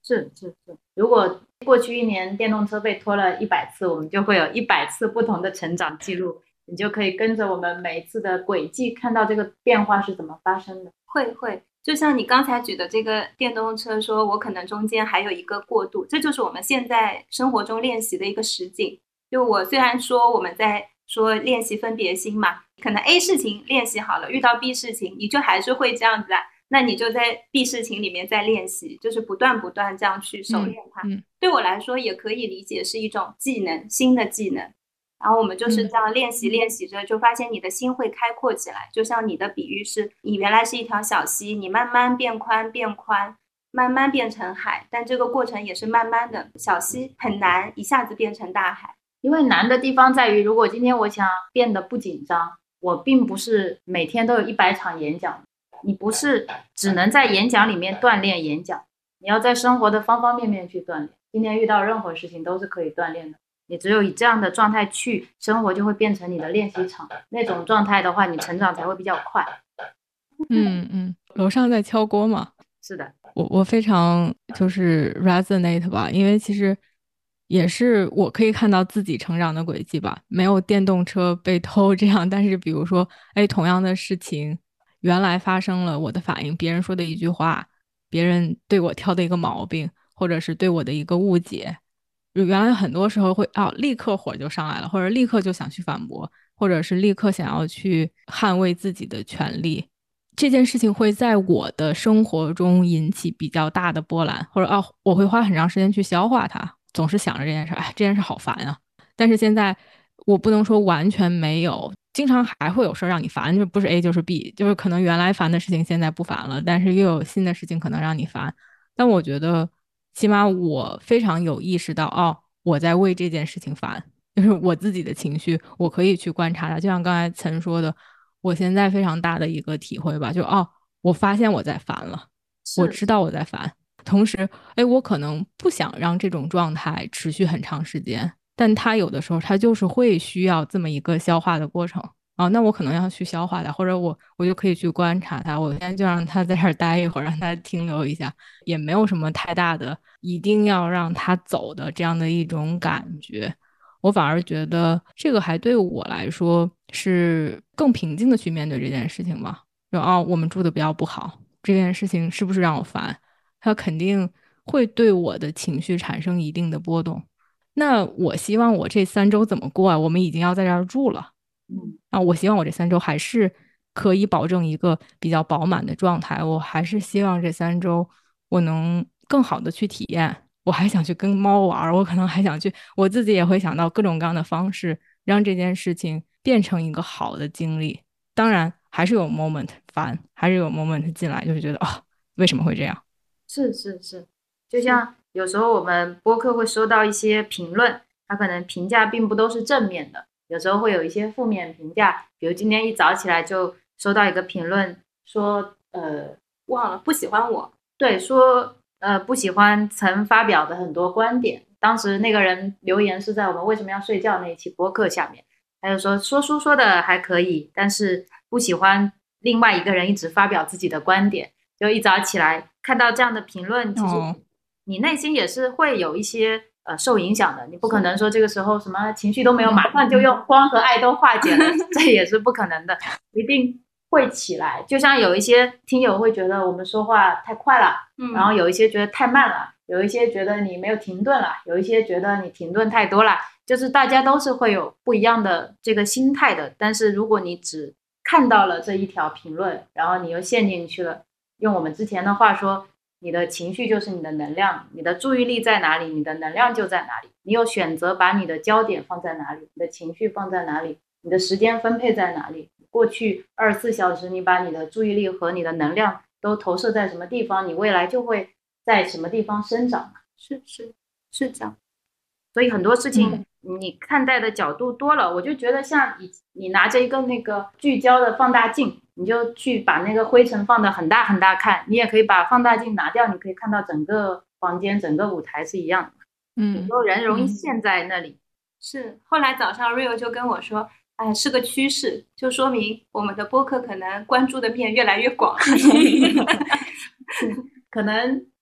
是是是，如果过去一年电动车被拖了一百次，我们就会有一百次不同的成长记录，你就可以跟着我们每一次的轨迹，看到这个变化是怎么发生的。 会会，就像你刚才举的这个电动车，说我可能中间还有一个过渡，这就是我们现在生活中练习的一个实景。就我虽然说我们在说练习分别心嘛，可能 A 事情练习好了，遇到 B 事情你就还是会这样子啊，那你就在 B 事情里面再练习，就是不断不断这样去熟练它、 嗯嗯、 对我来说也可以理解是一种技能，新的技能。然后我们就是这样练习、嗯、练习着，就发现你的心会开阔起来。就像你的比喻是，你原来是一条小溪，你慢慢变宽变宽，慢慢变成海，但这个过程也是慢慢的。小溪很难一下子变成大海， 因为难的地方在于，如果今天我想变得不紧张，我并不是每天都有一百场演讲，你不是只能在演讲里面锻炼演讲，你要在生活的方方面面去锻炼。今天遇到任何事情都是可以锻炼的，你只有以这样的状态去生活，就会变成你的练习场。那种状态的话，你成长才会比较快。 嗯嗯，楼上在敲锅嘛？ 是的， 我我非常就是 resonate 吧，因为其实也是我可以看到自己成长的轨迹吧。没有电动车被偷这样，但是比如说，哎，同样的事情原来发生了，我的反应，别人说的一句话，别人对我挑的一个毛病，或者是对我的一个误解。原来很多时候会啊，立刻火就上来了，或者立刻就想去反驳，或者是立刻想要去捍卫自己的权利。这件事情会在我的生活中引起比较大的波澜，或者啊，我会花很长时间去消化它，总是想着这件事，哎，这件事好烦啊。但是现在我不能说完全没有，经常还会有事让你烦，就不是 A 就是 B， 就是可能原来烦的事情现在不烦了，但是又有新的事情可能让你烦。但我觉得起码我非常有意识到，哦，我在为这件事情烦，就是我自己的情绪我可以去观察它。就像刚才曾说的，我现在非常大的一个体会吧，就哦，我发现我在烦了，我知道我在烦，同时哎，我可能不想让这种状态持续很长时间，但它有的时候它就是会需要这么一个消化的过程啊，那我可能要去消化它，或者我我就可以去观察它，我现在就让它在这儿待一会儿，让它停留一下，也没有什么太大的一定要让它走的这样的一种感觉。我反而觉得这个还对我来说是更平静的去面对这件事情嘛。就哦，我们住的比较不好，这件事情是不是让我烦？它肯定会对我的情绪产生一定的波动。那我希望我这三周怎么过啊？我们已经要在这儿住了， 嗯， 啊，我希望我这三周还是可以保证一个比较饱满的状态。我还是希望这三周我能更好的去体验。我还想去跟猫玩，我可能还想去，我自己也会想到各种各样的方式，让这件事情变成一个好的经历。当然，还是有 moment 烦，还是有 moment 进来，就是觉得啊、哦，为什么会这样？ 是是是，就像有时候我们播客会收到一些评论，它可能评价并不都是正面的，有时候会有一些负面评价。比如今天一早起来就收到一个评论，说呃忘了不喜欢我， 对，说呃不喜欢曾发表的很多观点。当时那个人留言是在我们为什么要睡觉那一期播客下面，他就说说书说的还可以，但是不喜欢另外一个人一直发表自己的观点。就一早起来看到这样的评论，其实你内心也是会有一些呃受影响的。你不可能说这个时候什么情绪都没有，马上就用光和爱都化解了，这也是不可能的，一定会起来。就像有一些听友会觉得我们说话太快了，嗯，然后有一些觉得太慢了，有一些觉得你没有停顿了，有一些觉得你停顿太多了，就是大家都是会有不一样的这个心态的。但是如果你只看到了这一条评论，然后你又陷进去了，用我们之前的话说，你的情绪就是你的能量，你的注意力在哪里，你的能量就在哪里。你有选择把你的焦点放在哪里，你的情绪放在哪里，你的时间分配在哪里。过去二十四小时你把你的注意力和你的能量都投射在什么地方，你未来就会在什么地方生长。 是是是这样。 所以很多事情你看待的角度多了，嗯，我就觉得像你你拿着一个那个聚焦的放大镜，你就去把那个灰尘放得很大很大看，你也可以把放大镜拿掉，你可以看到整个房间整个舞台是一样的。 嗯， 有时候人容易陷在那里。 嗯，是。后来早上 Rio 就跟我说，哎，是个趋势，就说明我们的播客可能关注的面越来越广。 可能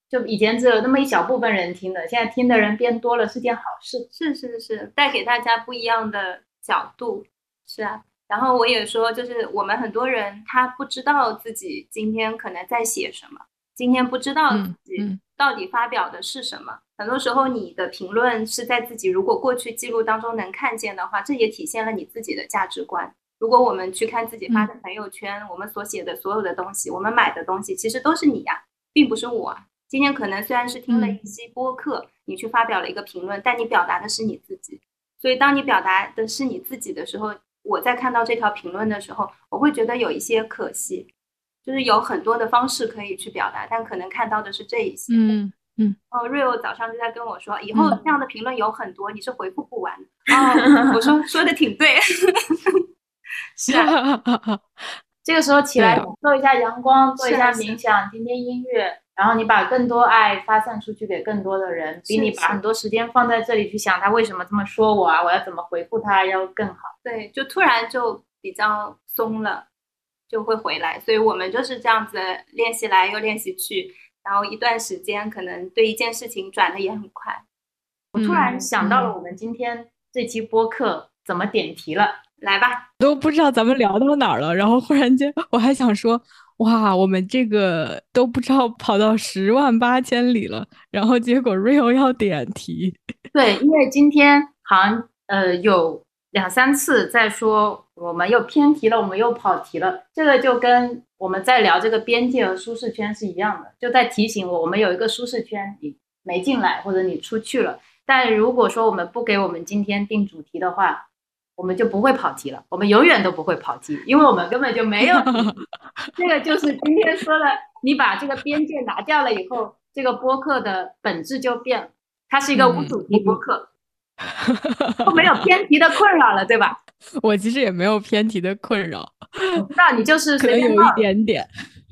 就以前只有那么一小部分人听的，现在听的人变多了，是件好事。 是是是，带给大家不一样的角度。是啊，然后我也说，就是我们很多人他不知道自己今天可能在写什么，今天不知道自己到底发表的是什么。嗯嗯、很多时候你的评论是在自己如果过去记录当中能看见的话，这也体现了你自己的价值观。如果我们去看自己发的朋友圈，嗯、我们所写的所有的东西，我们买的东西，其实都是你呀、啊，并不是我啊。今天可能虽然是听了一期播客，嗯、你去发表了一个评论，但你表达的是你自己。所以当你表达的是你自己的时候，我在看到这条评论的时候，我会觉得有一些可惜，就是有很多的方式可以去表达，但可能看到的是这一些。 嗯嗯。 哦 ，Rio 早上就在跟我说，以后这样的评论有很多，嗯、你是回复不完的。哦，我说说的挺对。是啊。 这个时候起来做一下阳光，做一下冥想，听听音乐，然后你把更多爱发散出去给更多的人，比你把很多时间放在这里去想他为什么这么说我啊，我要怎么回复他要更好。 对，就突然就比较松了，就会回来。所以我们就是这样子练习来又练习去，然后一段时间可能对一件事情转的也很快。 我突然想到了我们今天这期播客怎么点题了。来吧， 都不知道咱们聊到哪儿了，然后忽然间我还想说，哇，我们这个都不知道跑到十万八千里了，然后结果 Rio 要点题。 对，因为今天好像呃有两三次在说我们又偏题了，我们又跑题了，这个就跟我们在聊这个边界和舒适圈是一样的，就在提醒我，我们有一个舒适圈，你没进来或者你出去了，但如果说我们不给我们今天定主题的话，我们就不会跑题了，我们永远都不会跑题，因为我们根本就没有题。这个就是今天说的，你把这个边界拿掉了以后，这个播客的本质就变了，它是一个无主题播客，都、嗯、没有偏题的困扰了，对吧？ 我其实也没有偏题的困扰， 我知道你就是可能有一点点，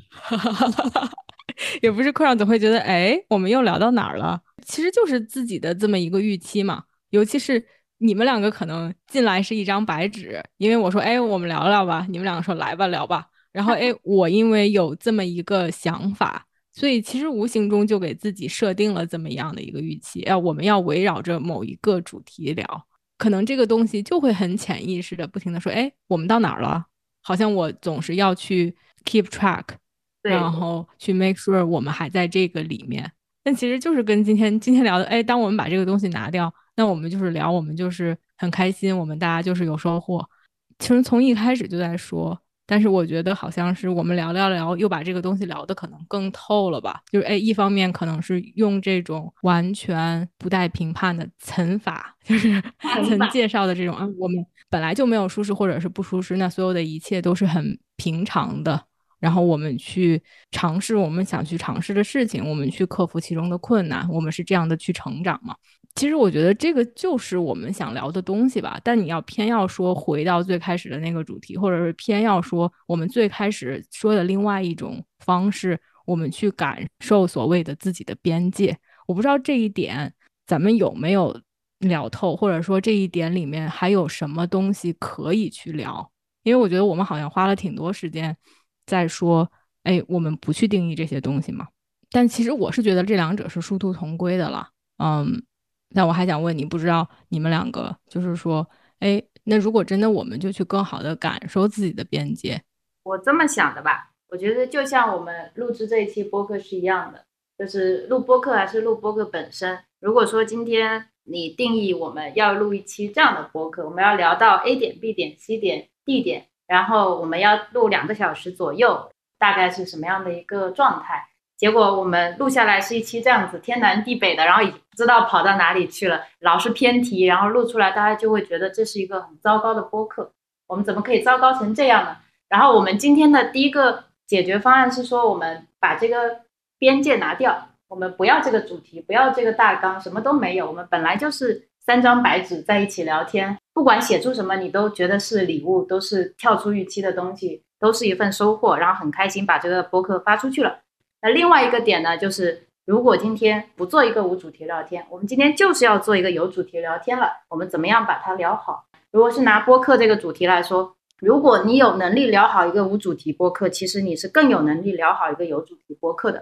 也不是困扰，总会觉得哎，我们又聊到哪儿了？其实就是自己的这么一个预期嘛，尤其是。你们两个可能进来是一张白纸，因为我说哎我们聊聊吧，你们两个说来吧聊吧，然后哎我因为有这么一个想法，所以其实无形中就给自己设定了这么样的一个预期，哎我们要围绕着某一个主题聊，可能这个东西就会很潜意识的不停的说哎我们到哪儿了，好像我总是要去 keep track， 然后去 make sure 我们还在这个里面，但其实就是跟今天今天聊的，哎当我们把这个东西拿掉，那我们就是聊，我们就是很开心，我们大家就是有收获。其实从一开始就在说，但是我觉得好像是我们聊聊聊，又把这个东西聊得可能更透了吧。就是哎，一方面可能是用这种完全不带评判的层法，就是曾介绍的这种啊，我们本来就没有舒适或者是不舒适，那所有的一切都是很平常的。然后我们去尝试我们想去尝试的事情，我们去克服其中的困难，我们是这样的去成长嘛。其实我觉得这个就是我们想聊的东西吧，但你要偏要说回到最开始的那个主题，或者是偏要说我们最开始说的另外一种方式，我们去感受所谓的自己的边界，我不知道这一点咱们有没有聊透，或者说这一点里面还有什么东西可以去聊，因为我觉得我们好像花了挺多时间在说哎，我们不去定义这些东西嘛，但其实我是觉得这两者是殊途同归的了。嗯，但我还想问你，不知道你们两个就是说哎，那如果真的我们就去更好的感受自己的边界。 我这么想的吧，我觉得就像我们录制这一期播客是一样的，就是录播客还是录播客本身，如果说今天你定义我们要录一期这样的播客，我们要聊到 A 点 B 点 C 点 D 点，然后我们要录两个小时左右，大概是什么样的一个状态，结果我们录下来是一期这样子天南地北的，然后也不知道跑到哪里去了，老是偏题，然后录出来大家就会觉得这是一个很糟糕的播客，我们怎么可以糟糕成这样呢？然后我们今天的第一个解决方案是说，我们把这个边界拿掉，我们不要这个主题，不要这个大纲，什么都没有，我们本来就是三张白纸在一起聊天，不管写出什么你都觉得是礼物，都是跳出预期的东西，都是一份收获，然后很开心把这个播客发出去了。那另外一个点呢，就是如果今天不做一个无主题聊天，我们今天就是要做一个有主题聊天了，我们怎么样把它聊好？如果是拿播客这个主题来说，如果你有能力聊好一个无主题播客，其实你是更有能力聊好一个有主题播客的。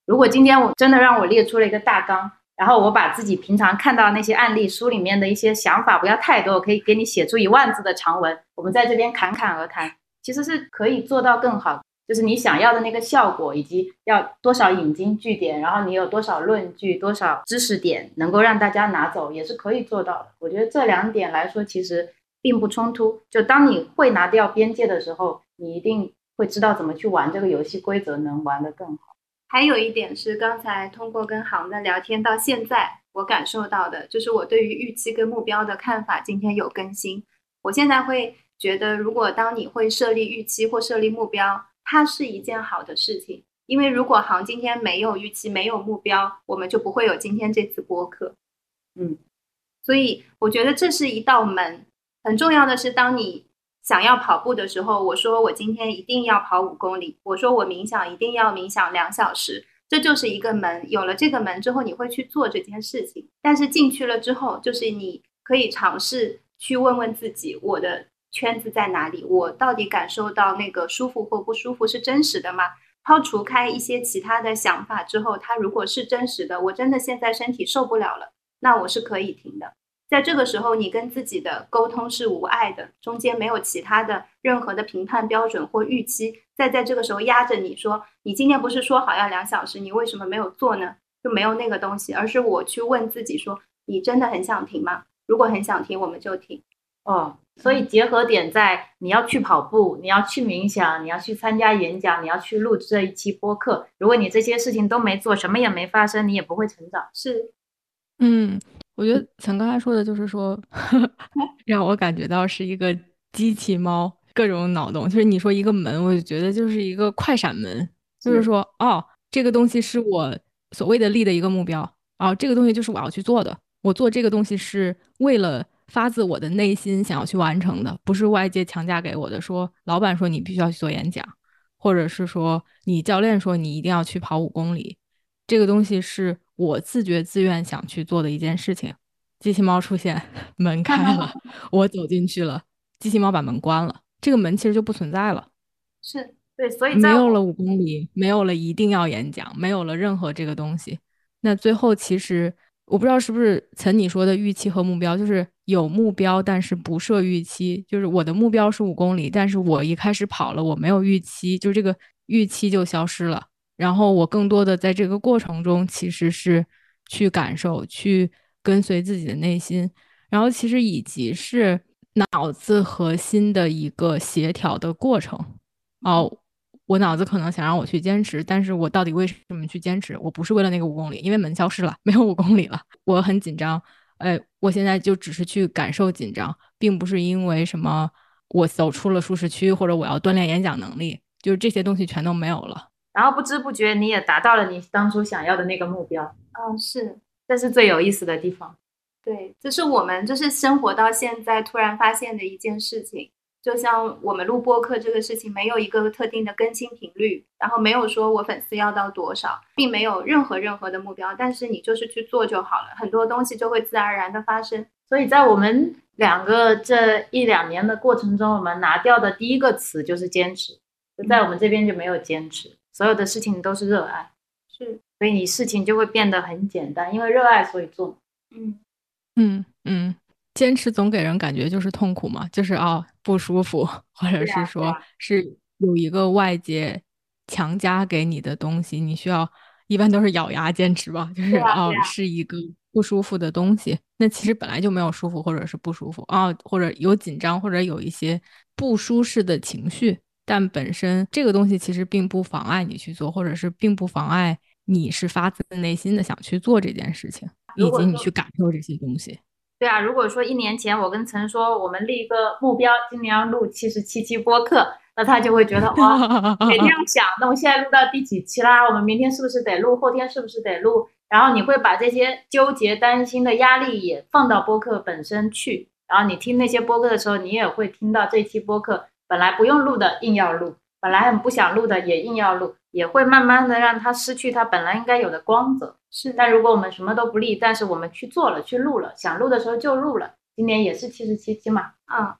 如果今天我真的让我列出了一个大纲，然后我把自己平常看到那些案例书里面的一些想法不要太多，我可以给你写出一万字的长文，我们在这边侃侃而谈，其实是可以做到更好，就是你想要的那个效果，以及要多少引经据典，然后你有多少论据，多少知识点能够让大家拿走，也是可以做到的。我觉得这两点来说其实并不冲突，就当你会拿掉边界的时候，你一定会知道怎么去玩这个游戏规则，能玩得更好。 还有一点是刚才通过跟航的聊天到现在我感受到的，就是我对于预期跟目标的看法今天有更新。我现在会觉得，如果当你会设立预期或设立目标，它是一件好的事情，因为如果航今天没有预期没有目标，我们就不会有今天这次播客。嗯，所以我觉得这是一道门。很重要的是，当你想要跑步的时候，我说我今天一定要跑五公里，我说我冥想一定要冥想两小时，这就是一个门。有了这个门之后，你会去做这件事情，但是进去了之后，就是你可以尝试去问问自己，我的圈子在哪里，我到底感受到那个舒服或不舒服是真实的吗？抛除开一些其他的想法之后，它如果是真实的，我真的现在身体受不了了，那我是可以停的。在这个时候，你跟自己的沟通是无碍的，中间没有其他的任何的评判标准或预期再在这个时候压着你说，你今天不是说好要两小时，你为什么没有做呢？就没有那个东西，而是我去问自己说，你真的很想停吗？如果很想停，我们就停。 哦，所以结合点在你要去跑步，你要去冥想，你要去参加演讲，你要去录这一期播客，如果你这些事情都没做，什么也没发生，你也不会成长。 是， 嗯，我觉得陈刚才说的就是说让我感觉到是一个机器猫，各种脑洞。就是你说一个门，我就觉得就是一个快闪门，就是说哦，这个东西是我所谓的立的一个目标，哦，这个东西就是我要去做的，我做这个东西是为了发自我的内心想要去完成的，不是外界强加给我的，说老板说你必须要去做演讲，或者是说你教练说你一定要去跑五公里，这个东西是我自觉自愿想去做的一件事情。机器猫出现，门开了，我走进去了，机器猫把门关了，这个门其实就不存在了。 是， 对，所以在没有了五公里，没有了一定要演讲，没有了任何这个东西。那最后其实我不知道是不是曾你说的预期和目标，就是有目标但是不设预期，就是我的目标是五公里，但是我一开始跑了，我没有预期，就这个预期就消失了。然后我更多的在这个过程中其实是去感受，去跟随自己的内心，然后其实以及是脑子和心的一个协调的过程。哦，我脑子可能想让我去坚持，但是我到底为什么去坚持？我不是为了那个五公里，因为门消失了，没有五公里了，我很紧张。哎，我现在就只是去感受紧张，并不是因为什么我走出了舒适区，或者我要锻炼演讲能力，就是这些东西全都没有了。 然后不知不觉你也达到了你当初想要的那个目标。 嗯，是， 这是最有意思的地方。 对，这是我们就是生活到现在突然发现的一件事情。就像我们录播客这个事情，没有一个特定的更新频率，然后没有说我粉丝要到多少，并没有任何任何的目标，但是你就是去做就好了，很多东西就会自然而然的发生。 所以在我们两个这一两年的过程中，我们拿掉的第一个词就是坚持，就在我们这边就没有坚持，所有的事情都是热爱， 是， 所以你事情就会变得很简单，因为热爱所以做。 嗯嗯嗯，坚持总给人感觉就是痛苦嘛，就是哦不舒服，或者是说是有一个外界强加给你的东西，你需要一般都是咬牙坚持吧，就是哦是一个不舒服的东西。那其实本来就没有舒服或者是不舒服啊、哦，或者有紧张或者有一些不舒适的情绪，但本身这个东西其实并不妨碍你去做，或者是并不妨碍你是发自内心的想去做这件事情，以及你去感受这些东西。 对啊，如果说一年前我跟陈说我们立一个目标，今年要录七十七期播客，那他就会觉得哇，每天要想，那我现在录到第几期啦？我们明天是不是得录？后天是不是得录？然后你会把这些纠结、担心的压力也放到播客本身去。然后你听那些播客的时候，你也会听到这期播客本来不用录的硬要录，本来很不想录的也硬要录，也会慢慢的让它失去它本来应该有的光泽。是，但如果我们什么都不立，但是我们去做了，去录了，想录的时候就录了，今年也是七十七期嘛。 嗯，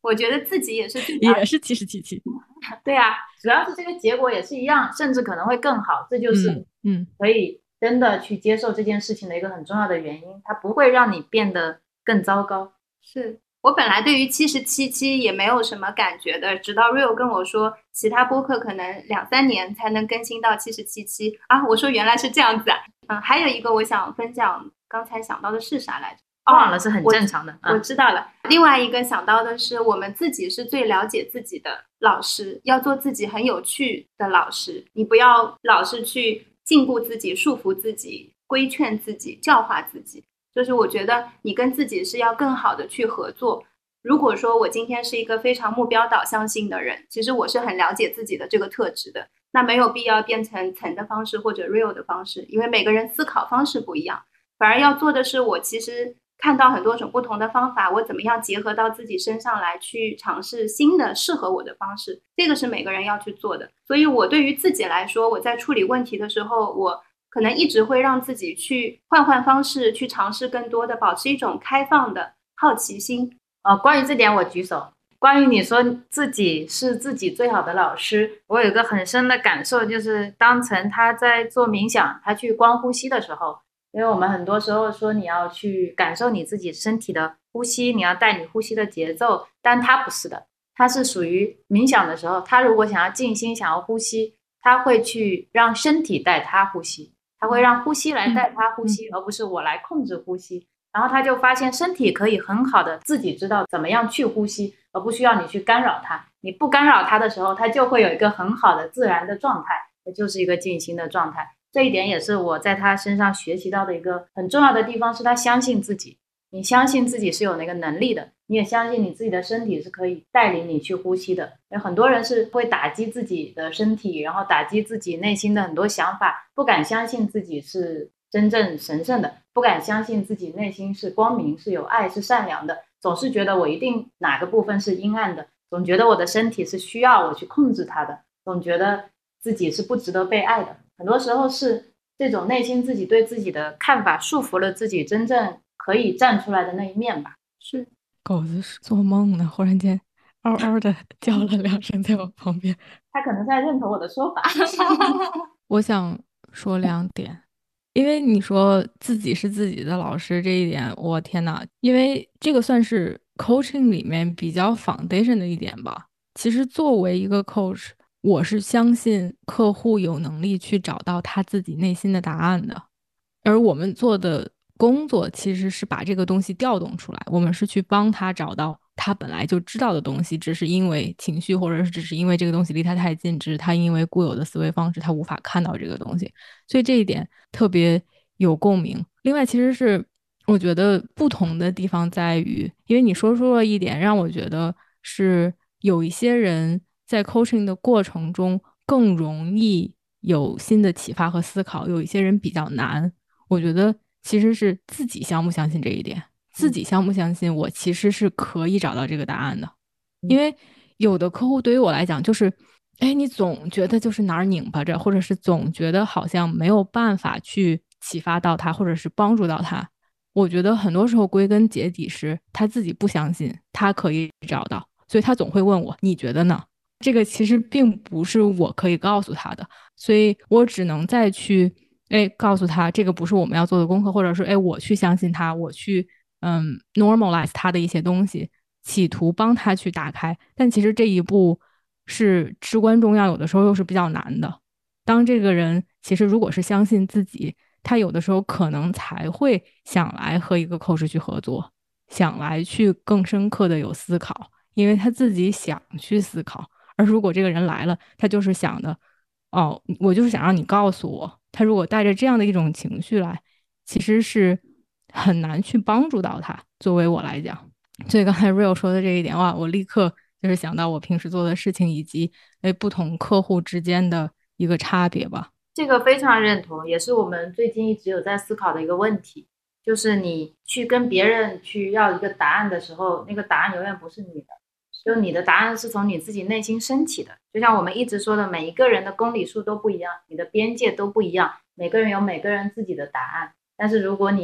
我觉得自己也是最了也是七十七期。 对啊，主要是这个结果也是一样，甚至可能会更好，这就是嗯嗯可以真的去接受这件事情的一个很重要的原因，它不会让你变得更糟糕。 是我本来对于七十七期也没有什么感觉的，直到 Real 跟我说其他播客可能两三年才能更新到七十七期啊，我说原来是这样子啊。嗯，还有一个我想分享，刚才想到的是啥来着？ 忘了是很正常的。 我, 我知道了。另外一个想到的是，我们自己是最了解自己的老师，要做自己很有趣的老师，你不要老是去禁锢自己、束缚自己、规劝自己、教化自己。就是我觉得你跟自己是要更好的去合作。如果说我今天是一个非常目标导向性的人，其实我是很了解自己的这个特质的，那没有必要变成层的方式或者 real 的方式，因为每个人思考方式不一样。反而要做的是，我其实看到很多种不同的方法，我怎么样结合到自己身上来，去尝试新的适合我的方式，这个是每个人要去做的。所以我对于自己来说，我在处理问题的时候，我可能一直会让自己去换换方式，去尝试更多的，保持一种开放的好奇心。 呃，关于这点我举手。关于你说自己是自己最好的老师，我有一个很深的感受，就是当晨他在做冥想，他去观呼吸的时候，因为我们很多时候说你要去感受你自己身体的呼吸，你要带你呼吸的节奏，但他不是的，他是属于冥想的时候，他如果想要静心，想要呼吸，他会去让身体带他呼吸，他会让呼吸来带他呼吸，而不是我来控制呼吸。然后他就发现身体可以很好的自己知道怎么样去呼吸，而不需要你去干扰它。你不干扰它的时候，它就会有一个很好的自然的状态，也就是一个静心的状态。这一点也是我在他身上学习到的一个很重要的地方，是他相信自己。你相信自己是有那个能力的，你也相信你自己的身体是可以带领你去呼吸的。有很多人是会打击自己的身体，然后打击自己内心的很多想法，不敢相信自己是真正神圣的，不敢相信自己内心是光明、是有爱、是善良的，总是觉得我一定哪个部分是阴暗的，总觉得我的身体是需要我去控制它的，总觉得自己是不值得被爱的。很多时候是这种内心自己对自己的看法束缚了自己真正可以站出来的那一面吧。 是狗子是做梦呢，忽然间嗷嗷的叫了两声在我旁边， 他可能在认同我的说法。 我想说两点。因为你说自己是自己的老师这一点，我天哪，因为这个算是 coaching 里面比较 foundation 的一点吧。其实作为一个 coach， 我是相信客户有能力去找到他自己内心的答案的，而我们做的工作其实是把这个东西调动出来，我们是去帮他找到他本来就知道的东西，只是因为情绪，或者是只是因为这个东西离他太近，只是他因为固有的思维方式他无法看到这个东西，所以这一点特别有共鸣。另外其实是我觉得不同的地方在于，因为你说出了一点让我觉得是有一些人在 coaching 的过程中更容易有新的启发和思考，有一些人比较难。我觉得其实是自己相不相信这一点，自己相不相信我其实是可以找到这个答案的。因为有的客户对于我来讲就是哎，你总觉得就是哪儿拧巴着，或者是总觉得好像没有办法去启发到他，或者是帮助到他。我觉得很多时候归根结底是他自己不相信他可以找到，所以他总会问我你觉得呢？这个其实并不是我可以告诉他的，所以我只能再去哎，告诉他这个不是我们要做的功课，或者是哎，我去相信他，我去嗯 normalize 他的一些东西，企图帮他去打开。但其实这一步是至关重要，有的时候又是比较难的。当这个人其实如果是相信自己，他有的时候可能才会想来和一个 coach 去合作，想来去更深刻的有思考，因为他自己想去思考。而如果这个人来了，他就是想的哦，我就是想让你告诉我，他如果带着这样的一种情绪来，其实是很难去帮助到他。作为我来讲，所以刚才 Real 说的这一点，哇，我立刻就是想到我平时做的事情，以及哎不同客户之间的一个差别吧。 这个非常认同，也是我们最近一直有在思考的一个问题，就是你去跟别人去要一个答案的时候，那个答案永远不是你的，就你的答案是从你自己内心升起的。就像我们一直说的，每一个人的公里数都不一样，你的边界都不一样，每个人有每个人自己的答案。但是如果你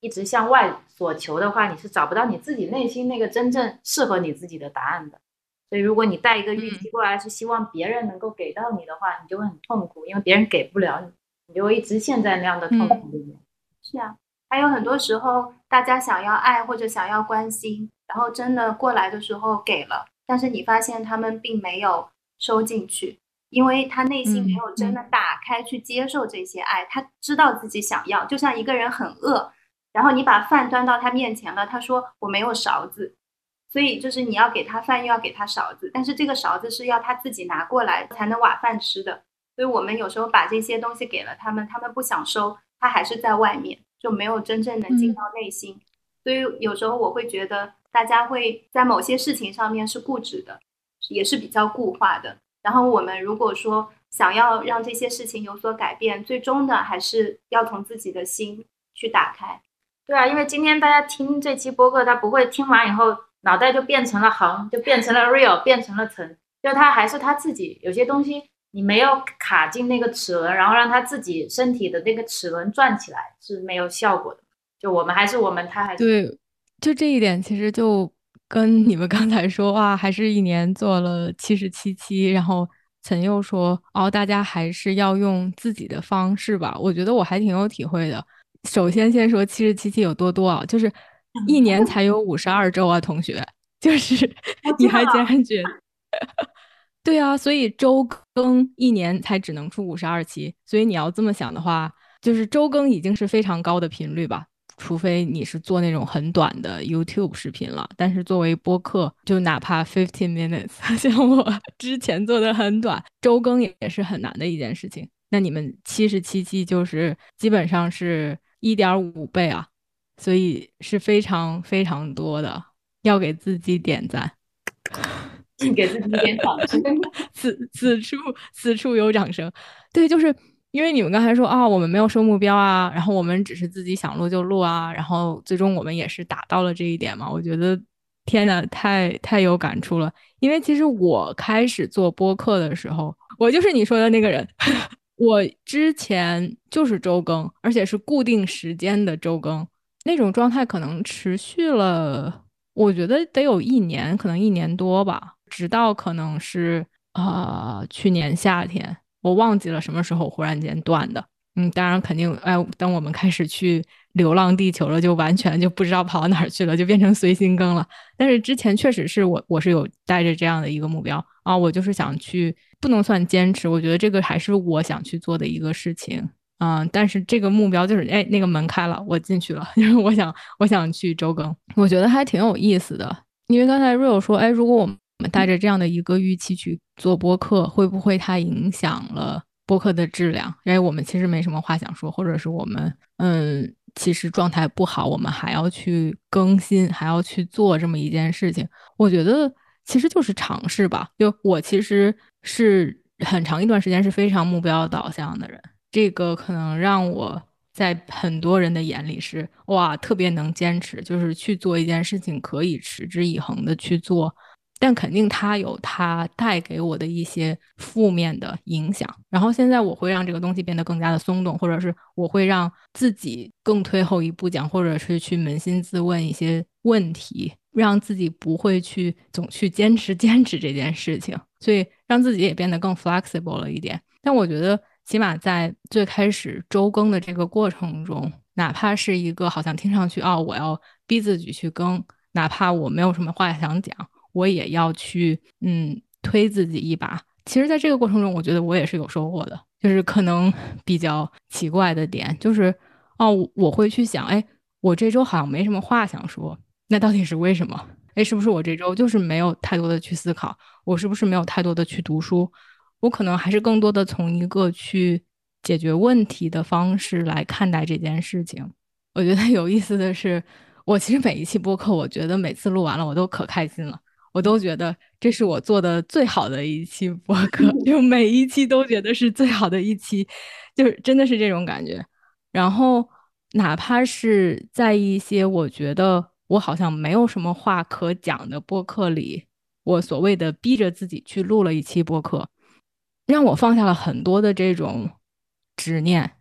一直向外所求的话，你是找不到你自己内心那个真正适合你自己的答案的。所以如果你带一个预期过来，是希望别人能够给到你的话，你就会很痛苦，因为别人给不了你，你就会一直陷在那样的痛苦里面。 是啊，还有很多时候大家想要爱或者想要关心，然后真的过来的时候给了，但是你发现他们并没有收进去，因为他内心没有真的打开去接受这些爱，他知道自己想要，就像一个人很饿，然后你把饭端到他面前了，他说我没有勺子，所以就是你要给他饭又要给他勺子，但是这个勺子是要他自己拿过来才能挖饭吃的，所以我们有时候把这些东西给了他们，他们不想收，他还是在外面，就没有真正能进到内心、嗯、所以有时候我会觉得大家会在某些事情上面是固执的，也是比较固化的，然后我们如果说想要让这些事情有所改变，最终的还是要从自己的心去打开。 对啊，因为今天大家听这期播客，他不会听完以后脑袋就变成了行，就变成了 real， 变成了层，就他还是他自己有些东西你没有卡进那个齿轮，然后让他自己身体的那个齿轮转起来是没有效果的。就我们还是我们，他还是对，就这一点其实就跟你们刚才说哇，还是一年做了七十七期，然后陈又说哦，大家还是要用自己的方式吧。我觉得我还挺有体会的。首先先说七十七期有多多啊，就是一年才有五十二周啊，同学，就是你还竟然觉得对啊，所以周更一年才只能出五十二期，所以你要这么想的话，就是周更已经是非常高的频率吧，除非你是做那种很短的 YouTube 视频了，但是作为播客，就哪怕fifteen minutes， 像我之前做的很短，周更也是很难的一件事情。那你们七十七期就是基本上是 一点五 倍啊，所以是非常非常多的，要给自己点赞。 给自己点掌声此此处此处有掌声。对，就是因为你们刚才说啊、哦，我们没有设目标啊，然后我们只是自己想录就录啊，然后最终我们也是达到了这一点嘛。我觉得天哪，太太有感触了。因为其实我开始做播客的时候，我就是你说的那个人我之前就是周更，而且是固定时间的周更，那种状态可能持续了我觉得得有一年，可能一年多吧，直到可能是呃去年夏天，我忘记了什么时候忽然间断的。嗯，当然肯定，哎，等我们开始去流浪地球了，就完全就不知道跑到哪儿去了，就变成随心更了。但是之前确实是我我是有带着这样的一个目标啊，我就是想去，不能算坚持，我觉得这个还是我想去做的一个事情。嗯，但是这个目标就是，哎，那个门开了，我进去了，就是我想，我想去周更，我觉得还挺有意思的。因为刚才 Rio 说，哎，如果我们带着这样的一个预期去做播客，会不会它影响了播客的质量？因为我们其实没什么话想说，或者是我们，嗯，其实状态不好，我们还要去更新，还要去做这么一件事情。我觉得其实就是尝试吧。就我其实是很长一段时间是非常目标导向的人。这个可能让我在很多人的眼里是哇特别能坚持，就是去做一件事情可以持之以恒的去做，但肯定它有它带给我的一些负面的影响。然后现在我会让这个东西变得更加的松动，或者是我会让自己更退后一步讲，或者是去扪心自问一些问题，让自己不会去总去坚持坚持这件事情，所以让自己也变得更 flexible 了一点。但我觉得起码在最开始周更的这个过程中，哪怕是一个好像听上去哦，我要逼自己去更，哪怕我没有什么话想讲，我也要去嗯推自己一把。其实在这个过程中，我觉得我也是有收获的，就是可能比较奇怪的点就是哦，我会去想，哎，我这周好像没什么话想说，那到底是为什么？哎，是不是我这周就是没有太多的去思考？我是不是没有太多的去读书？我可能还是更多的从一个去解决问题的方式来看待这件事情。我觉得有意思的是，我其实每一期播客，我觉得每次录完了我都可开心了，我都觉得这是我做的最好的一期播客，就每一期都觉得是最好的一期，就是真的是这种感觉。然后哪怕是在一些我觉得我好像没有什么话可讲的播客里，我所谓的逼着自己去录了一期播客，让我放下了很多的这种执念，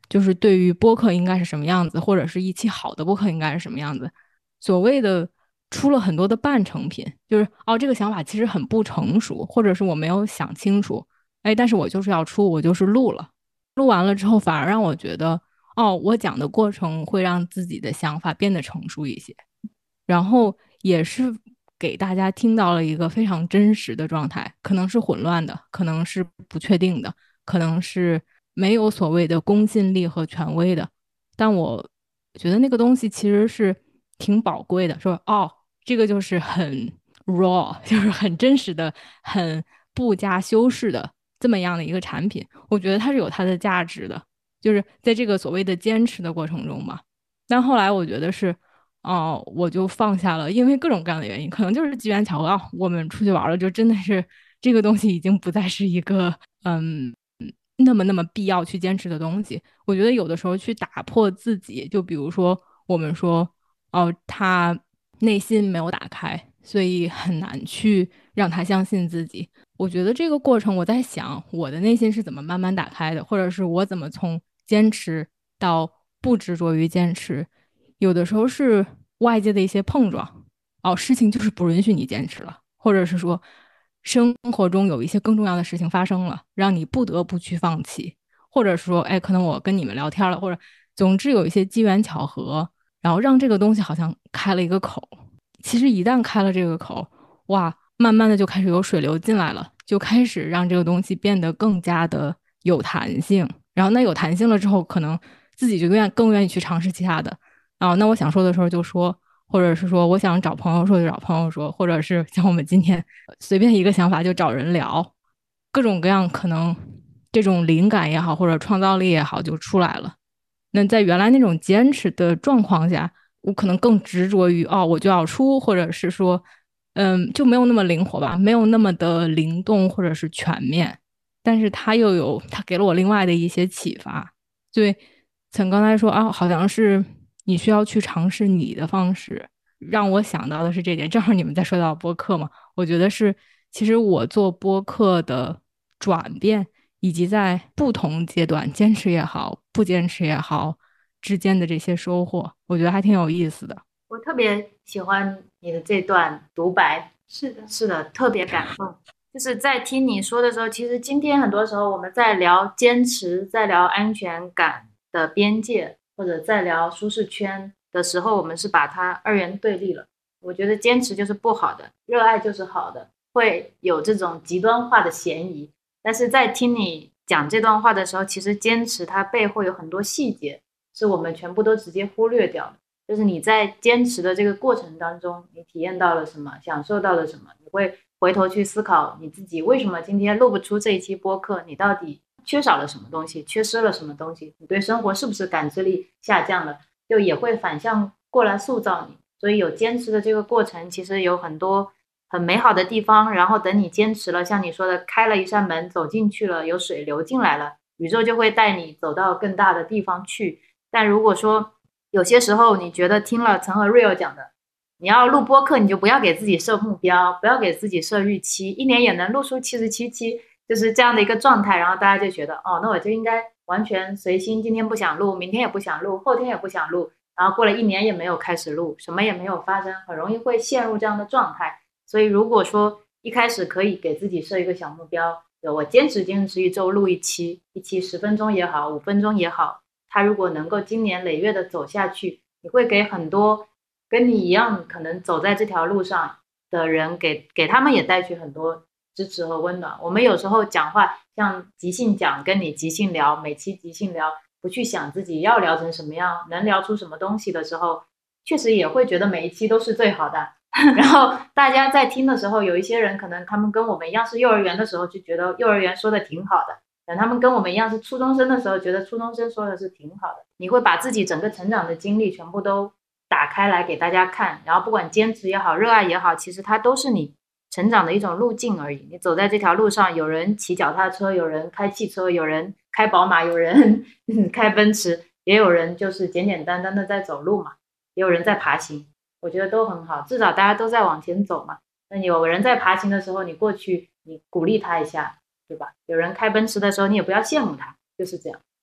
就是对于播客应该是什么样子，或者是一期好的播客应该是什么样子。所谓的出了很多的半成品，就是哦，这个想法其实很不成熟，或者是我没有想清楚，哎，但是我就是要出，我就是录了，录完了之后反而让我觉得，哦，我讲的过程会让自己的想法变得成熟一些，然后也是给大家听到了一个非常真实的状态，可能是混乱的，可能是不确定的，可能是没有所谓的公信力和权威的，但我觉得那个东西其实是挺宝贵的，说哦，这个就是很 raw， 就是很真实的，很不加修饰的这么样的一个产品，我觉得它是有它的价值的，就是在这个所谓的坚持的过程中嘛。但后来我觉得是哦，我就放下了，因为各种各样的原因，可能就是机缘巧合啊，我们出去玩了，就真的是这个东西已经不再是一个嗯那么那么必要去坚持的东西。我觉得有的时候去打破自己，就比如说我们说哦，他内心没有打开，所以很难去让他相信自己。我觉得这个过程，我在想我的内心是怎么慢慢打开的，或者是我怎么从坚持到不执着于坚持。有的时候是外界的一些碰撞，哦，事情就是不允许你坚持了，或者是说生活中有一些更重要的事情发生了，让你不得不去放弃，或者说，哎，可能我跟你们聊天了，或者总之有一些机缘巧合，然后让这个东西好像开了一个口。其实一旦开了这个口，哇，慢慢的就开始有水流进来了，就开始让这个东西变得更加的有弹性。然后那有弹性了之后，可能自己就愿更愿意去尝试其他的。啊，那我想说的时候就说，或者是说我想找朋友说就找朋友说，或者是像我们今天随便一个想法就找人聊，各种各样可能这种灵感也好，或者创造力也好就出来了。那在原来那种坚持的状况下，我可能更执着于哦我就要出，或者是说嗯就没有那么灵活吧，没有那么的灵动或者是全面。但是它又有它给了我另外的一些启发。对，曾刚才说啊，好像是你需要去尝试你的方式，让我想到的是这点。正好你们在说到播客嘛，我觉得是其实我做播客的转变，以及在不同阶段坚持也好不坚持也好之间的这些收获，我觉得还挺有意思的。 我特别喜欢你的这段独白， 是的， 是的，特别感动。就是在听你说的时候，其实今天很多时候我们在聊坚持，在聊安全感的边界，或者在聊舒适圈的时候，我们是把它二元对立了。我觉得坚持就是不好的，热爱就是好的，会有这种极端化的嫌疑。但是在听你讲这段话的时候，其实坚持它背后有很多细节，是我们全部都直接忽略掉的。就是你在坚持的这个过程当中，你体验到了什么，享受到了什么，你会回头去思考你自己为什么今天录不出这一期播客，你到底缺少了什么东西，缺失了什么东西，你对生活是不是感知力下降了，就也会反向过来塑造你。所以有坚持的这个过程其实有很多很美好的地方，然后等你坚持了，像你说的开了一扇门走进去了，有水流进来了，宇宙就会带你走到更大的地方去。但如果说有些时候你觉得听了陈和 Real 讲的，你要录播客，你就不要给自己设目标，不要给自己设预期，一年也能录出七十七期，就是这样的一个状态。然后大家就觉得哦，那我就应该完全随心，今天不想录，明天也不想录，后天也不想录，然后过了一年也没有开始录，什么也没有发生，很容易会陷入这样的状态。所以如果说一开始可以给自己设一个小目标，我坚持坚持一周录一期，一期十分钟也好，五分钟也好，他如果能够经年累月的走下去，你会给很多跟你一样可能走在这条路上的人，给给他们也带去很多支持和温暖。我们有时候讲话像即兴讲，跟你即兴聊，每期即兴聊，不去想自己要聊成什么样，能聊出什么东西的时候，确实也会觉得每一期都是最好的。然后大家在听的时候，有一些人可能他们跟我们一样是幼儿园的时候就觉得幼儿园说的挺好的，等他们跟我们一样是初中生的时候，觉得初中生说的是挺好的。你会把自己整个成长的经历全部都打开来给大家看，然后不管坚持也好，热爱也好，其实它都是你成长的一种路径而已。你走在这条路上，有人骑脚踏车，有人开汽车，有人开宝马，有人开奔驰，也有人就是简简单单的在走路嘛，也有人在爬行，我觉得都很好，至少大家都在往前走嘛。那有人在爬行的时候，你过去你鼓励他一下，对吧？有人开奔驰的时候，你也不要羡慕他，就是这样。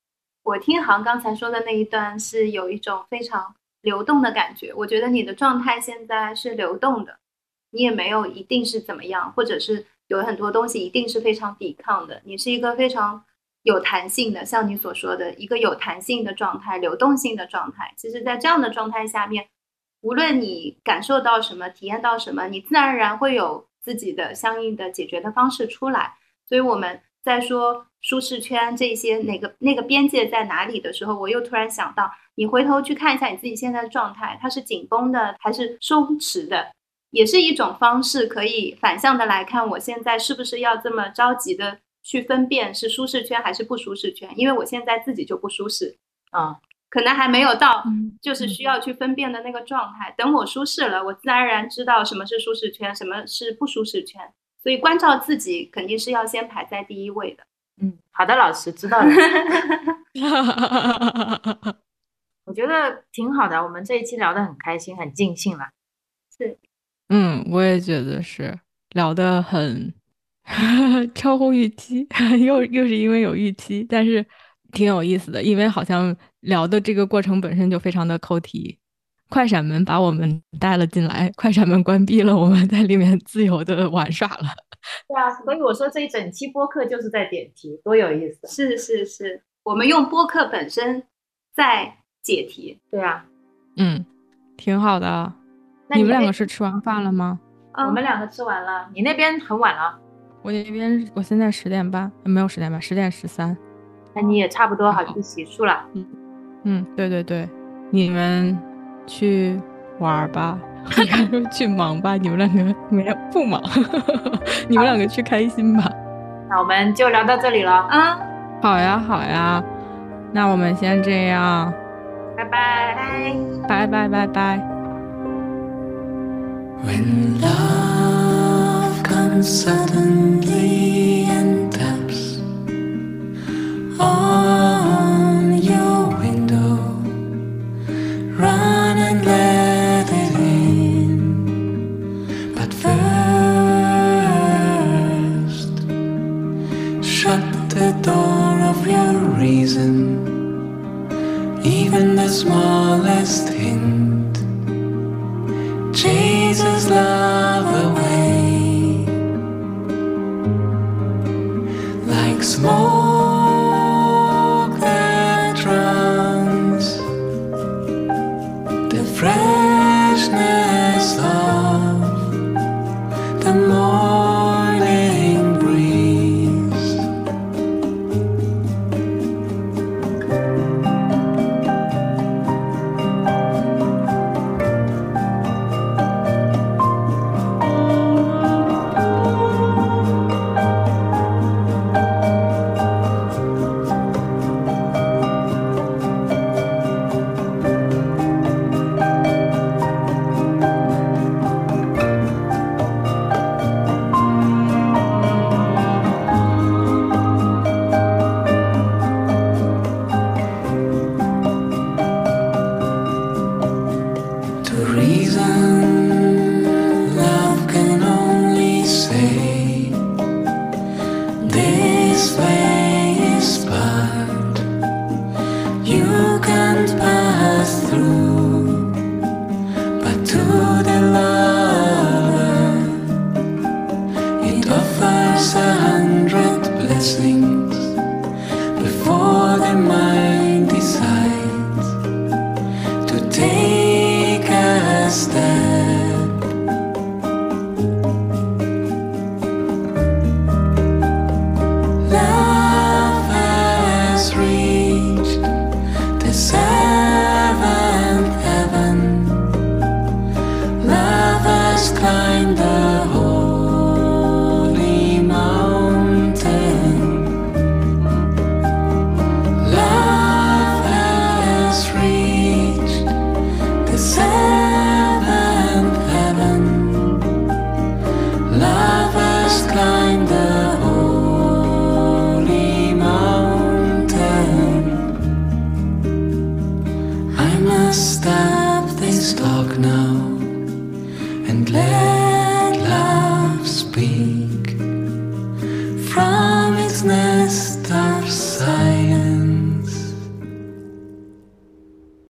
我听航刚才说的那一段是有一种非常流动的感觉，我觉得你的状态现在是流动的，你也没有一定是怎么样，或者是有很多东西一定是非常抵抗的，你是一个非常有弹性的，像你所说的一个有弹性的状态，流动性的状态。其实在这样的状态下面，无论你感受到什么，体验到什么，你自然而然会有自己的相应的解决的方式出来。所以我们在说舒适圈这些哪个那个边界在哪里的时候，我又突然想到，你回头去看一下你自己现在的状态，它是紧绷的还是松弛的，也是一种方式，可以反向的来看我现在是不是要这么着急的去分辨是舒适圈还是不舒适圈，因为我现在自己就不舒适啊、嗯，可能还没有到就是需要去分辨的那个状态，等我舒适了，我自然而然知道什么是舒适圈，什么是不舒适圈，所以关照自己肯定是要先排在第一位的。 嗯，好的，老师知道了。我觉得挺好的，我们这一期聊得很开心，很尽兴了。 是， 嗯，我也觉得是聊得很超乎预期，又又是因为有预期，但是挺有意思的，因为好像聊的这个过程本身就非常的扣题。快闪门把我们带了进来，快闪门关闭了，我们在里面自由的玩耍了。 对啊，所以我说这一整期播客就是在点题，多有意思。 是是是，我们用播客本身在解题。 对啊， 嗯，挺好的。你们两个是吃完饭了吗？ 我们两个吃完了，你那边很晚了。 我那边我现在十点半，没有十点半，十点十三。 那你也差不多好去洗漱了。 嗯嗯，对对对，你们去玩吧，去忙吧，你们两个没有不忙，你们两个去开心吧。 那我们就聊到这里了啊、 嗯，好呀好呀，那我们先这样， 拜拜拜拜拜拜拜。 When love comes suddenly and taps on your window, run and let it in. But first, shut the door of your reason, even the smallest hint chases love away like smoke that drowns the freshness of the morning breeze. Stop this talk now and let love speak.